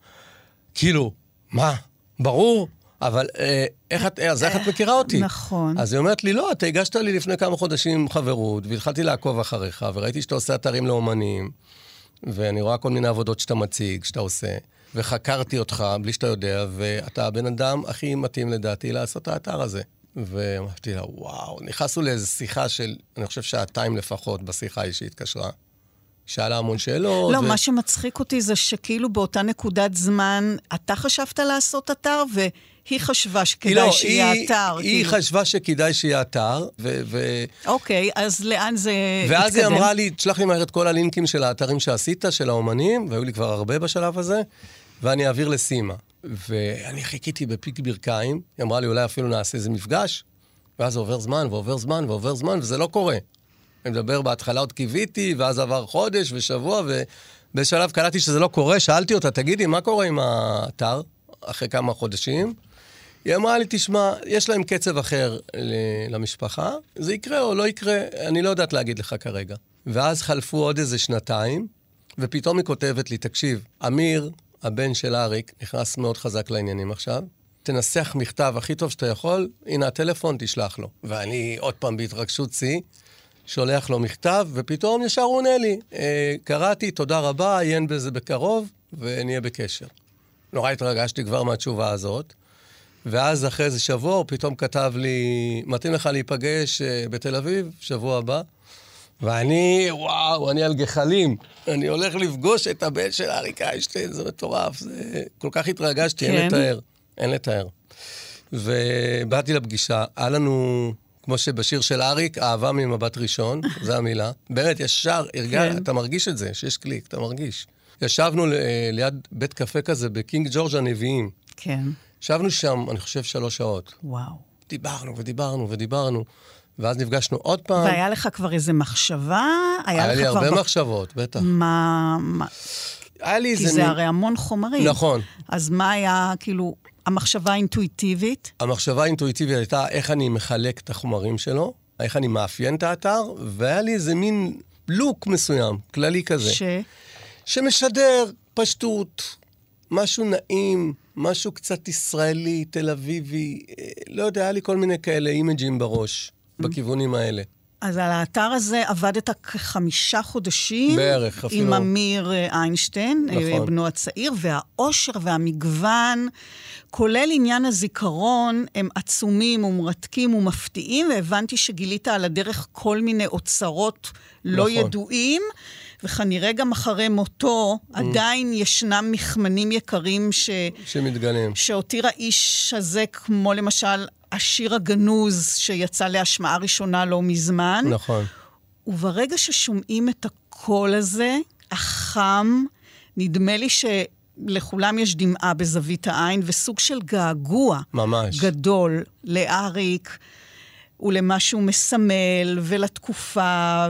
כאילו, מה? ברור, אבל אה, איך את, אז איך את מכירה אותי? נכון. אז היא אומרת לי, לא, אתה הגשת לי לפני כמה חודשים חברות, והתחלתי לעקוב אחריך, וראיתי שאתה עושה אתרים לאומנים, ואני רואה כל מיני עבודות שאתה מציג, שאתה עושה, וחקרתי אותך בלי שאתה יודע, ואתה הבן אדם הכי מתאים לדעתי לעשות את האתר הזה. ואמרתי לה, וואו, נכנסנו לאיזו שיחה של, אני חושב שעתיים לפחות בשיחה היא שהתקשרה. שאלה המון שאלות. לא, ו... מה שמצחיק אותי זה שכאילו באותה נקודת זמן, אתה חשבת לעשות אתר, והיא חשבה שכדאי לא, שיהיה היא, אתר. היא כאילו... חשבה שכדאי שיהיה אתר, ו... ו... אוקיי, אז לאן זה ואז התקדם? היא אמרה לי, תשלח לי מהר את כל הלינקים של האתרים שעשית, של האומנים, והיו לי כבר הרבה בשלב הזה, ואני אעביר לסימה. ואני חיכיתי בפיק ברכיים, היא אמרה לי, אולי אפילו נעשה איזה מפגש, ואז עובר זמן, ועובר זמן, ועובר זמן, וזה לא קורה. אני מדבר בהתחלה עוד קיוויתי, ואז עבר חודש ושבוע, ובשלב קלטתי שזה לא קורה, שאלתי אותה, תגידי, מה קורה עם האתר, אחרי כמה חודשים? היא אמרה לי, תשמע, יש להם קצב אחר למשפחה, זה יקרה או לא יקרה, אני לא יודעת להגיד לך כרגע. ואז חלפו עוד איזה שנתיים, ופתאום היא כותבת לי, תקשיב, אמיר, הבן של אריק, נכנס מאוד חזק לעניינים עכשיו, תנסח מכתב הכי טוב שאתה יכול, הנה הטלפון, תשלח לו. ואני עוד פעם בהתרגשות צי, שולח לו מכתב, ופתאום ישר הוא עונה לי, אה, קראתי, תודה רבה, עיין בזה בקרוב, ונהיה בקשר. נורא התרגשתי כבר מהתשובה הזאת, ואז אחרי איזה שבוע, הוא פתאום כתב לי, מתאים לך להיפגש אה, בתל אביב, שבוע הבא, ואני, וואו, אני על גחלים. אני הולך לפגוש את הבן של אריק איינשטיין, זה מטורף, זה... כל כך התרגשתי, אין לתאר, אין לתאר. ובאתי לפגישה, היה לנו, כמו שבשיר של אריק, אהבה ממבט ראשון, זו המילה. באמת, ישר, הרגע, אתה מרגיש את זה, שיש קליק, אתה מרגיש. ישבנו ליד בית קפה כזה, בקינג ג'ורג' הנביאים. כן. ישבנו שם, אני חושב, שלוש שעות. וואו. דיברנו ודיברנו ודיברנו. ואז נפגשנו עוד פעם. והיה לך כבר איזה מחשבה? היה לי הרבה מחשבות, בטח. מה... היה לי איזה... כי זה הרי המון חומרים. נכון. אז מה היה, כאילו, המחשבה האינטואיטיבית? המחשבה האינטואיטיבית הייתה איך אני מחלק את החומרים שלו, איך אני מאפיין את האתר, והיה לי איזה מין לוק מסוים, כללי כזה. ש... שמשדר פשטות, משהו נעים, משהו קצת ישראלי, תל אביבי, לא יודע, היה לי כל מיני כאלה אימג'ים בראש. בכיוונים האלה. אז על האתר הזה עבדת כחמישה חודשים. בערך, אפילו. עם אמיר איינשטיין, נכון. בנו הצעיר, והאושר והמגוון, כולל עניין הזיכרון, הם עצומים ומרתקים ומפתיעים, והבנתי שגילית על הדרך כל מיני אוצרות לא נכון. ידועים, וכנראה גם אחרי מותו, mm. עדיין ישנם מכמנים יקרים ש... שמתגלים. שהותיר האיש הזה, כמו למשל השיר הגנוז שיצא להשמעה ראשונה לא מזמן. נכון. וברגע ששומעים את הקול הזה, החם, נדמה לי שלכולם יש דמעה בזווית העין, וסוג של געגוע. ממש. גדול לאריק, ולמה שהוא מסמל, ולתקופה,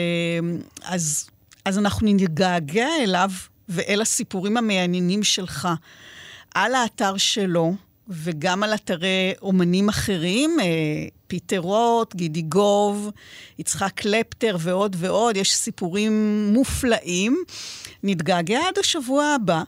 ואז אז אנחנו נגעגע אליו, ואל הסיפורים המעניינים שלך, על האתר שלו, וגם על אתרי אומנים אחרים, פיטר רוט, גידי גוב, יצחק קלפטר ועוד ועוד, יש סיפורים מופלאים. נתגעגע עד השבוע הבא,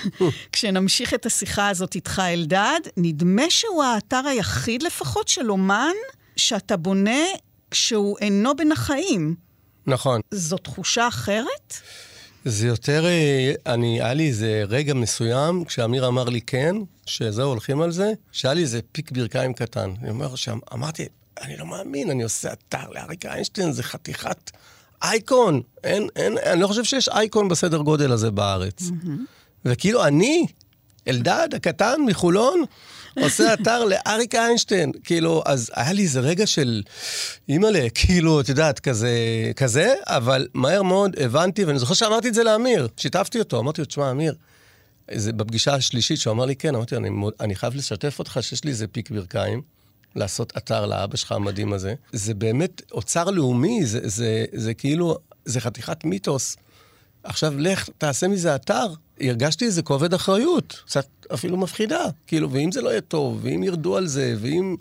כשנמשיך את השיחה הזאת איתך אלדד, נדמה שהוא האתר היחיד לפחות של אומן, שאתה בונה כשהוא אינו בין החיים. נכון. זו תחושה אחרת? זה יותר, אני, היה לי איזה רגע מסוים, כשאמיר אמר לי כן, שזהו, הולכים על זה, שהיה לי איזה פיק ברכיים קטן. אני אומר שם, אמרתי, אני לא מאמין, אני עושה אתר לאריק איינשטיין, זה חתיכת אייקון. אין, אין, אני לא חושב שיש אייקון בסדר גודל הזה בארץ. Mm-hmm. וכאילו אני, אלדד, הקטן מחולון, עושה אתר לאריק איינשטיין, כאילו, אז היה לי איזה רגע של אימאלה, כאילו, את יודעת, כזה, כזה, אבל מהר מאוד הבנתי, ואני זוכר שאמרתי את זה לאמיר, שיתפתי אותו, אמרתי לו, תשמע, אמיר, זה בפגישה השלישית שהוא אמר לי, כן, אמרתי, אני, אני חייב לשתף אותך שיש לי איזה פיק ברכיים, לעשות אתר לאבא שלך המדהים הזה. זה באמת אוצר לאומי, זה, זה, זה כאילו, זה חתיכת מיתוס. עכשיו, לך, תעשה מזה אתר. הרגשתי איזה כובד אחריות, קצת אפילו מפחידה, כאילו, ואם זה לא יהיה טוב, ואם ירדו על זה, ואם...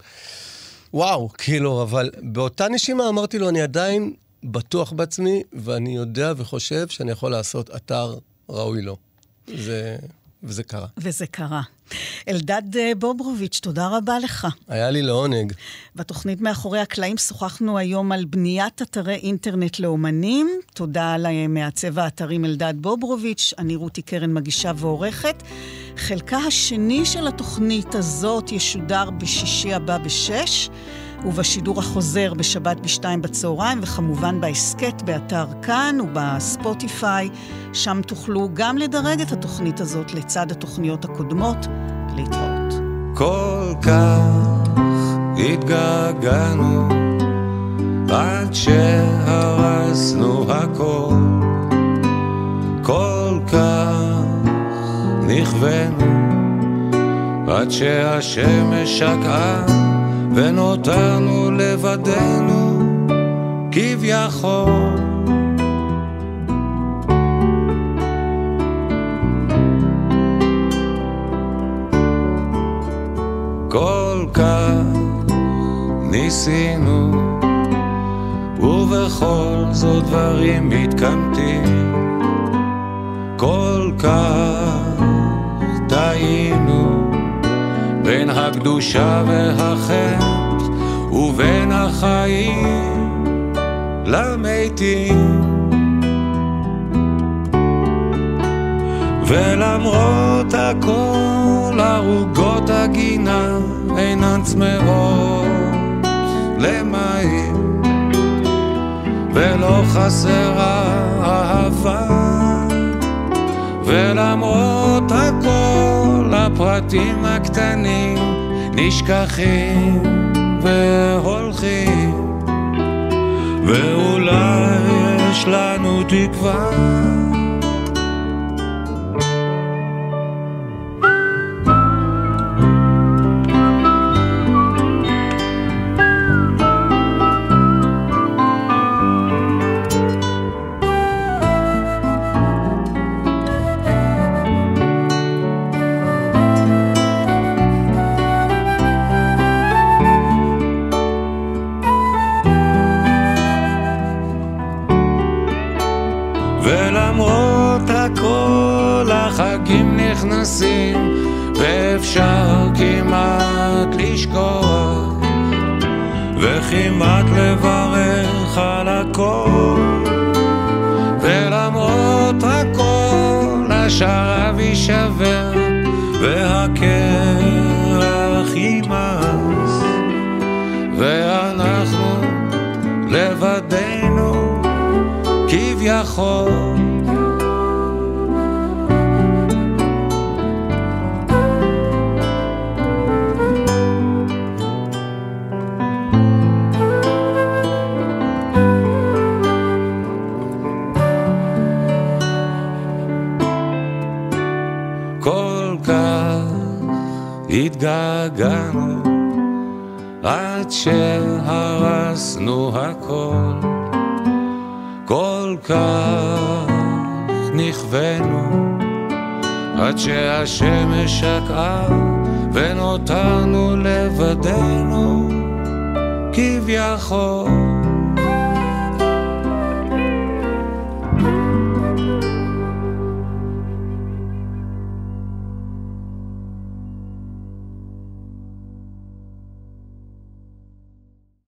וואו, כאילו, אבל באותה נשימה אמרתי לו, אני עדיין בטוח בעצמי, ואני יודע וחושב שאני יכול לעשות אתר ראוי לו. זה... וזה קרה. וזה קרה. אלדד בוברוביץ', תודה רבה לך. היה לי לעונג. בתוכנית מאחורי הקלעים שוחחנו היום על בניית אתרי אינטרנט לאומנים. תודה למעצב האתרים אלדד בוברוביץ', אני רותי קרן מגישה ועורכת. חלקה השני של התוכנית הזאת ישודר בשישי הבא בשש, ובשידור החוזר בשבת בשתיים בצהריים, וכמובן בעסקת באתר כאן ובספוטיפיי, שם תוכלו גם לדרג את התוכנית הזאת לצד התוכניות הקודמות. להתראות. כל כך התגעגענו עד שהרסנו הכל, כל כך נכוונו עד שהשמש שקעה ונותרנו לבדנו כביכול. כל כך ניסינו ובכל זאת דברים מתקמטים, כל כך טעינו בין הקדושה והחטא ובין החיים למתים, ולמרות הכל הרוגות הגינה אינן צמאות למים, ולא חסרה אהבה, ולמרות הכל הפרטים הקטנים נשכחים והולכים, ואולי יש לנו תקווה. ולמרות הכל החגים נכנסים, ואפשר כמעט לשכוח, וכמעט לברך על הכל. ולמרות הכל השרב יישבר, והקרח יימס, ואנחנו לבדנו כביכול. כל כך התגעגענו עד שהרסנו הכל, כל כך נכוונו עד שהשמש שקעה, ונותרנו לבדנו כביכול.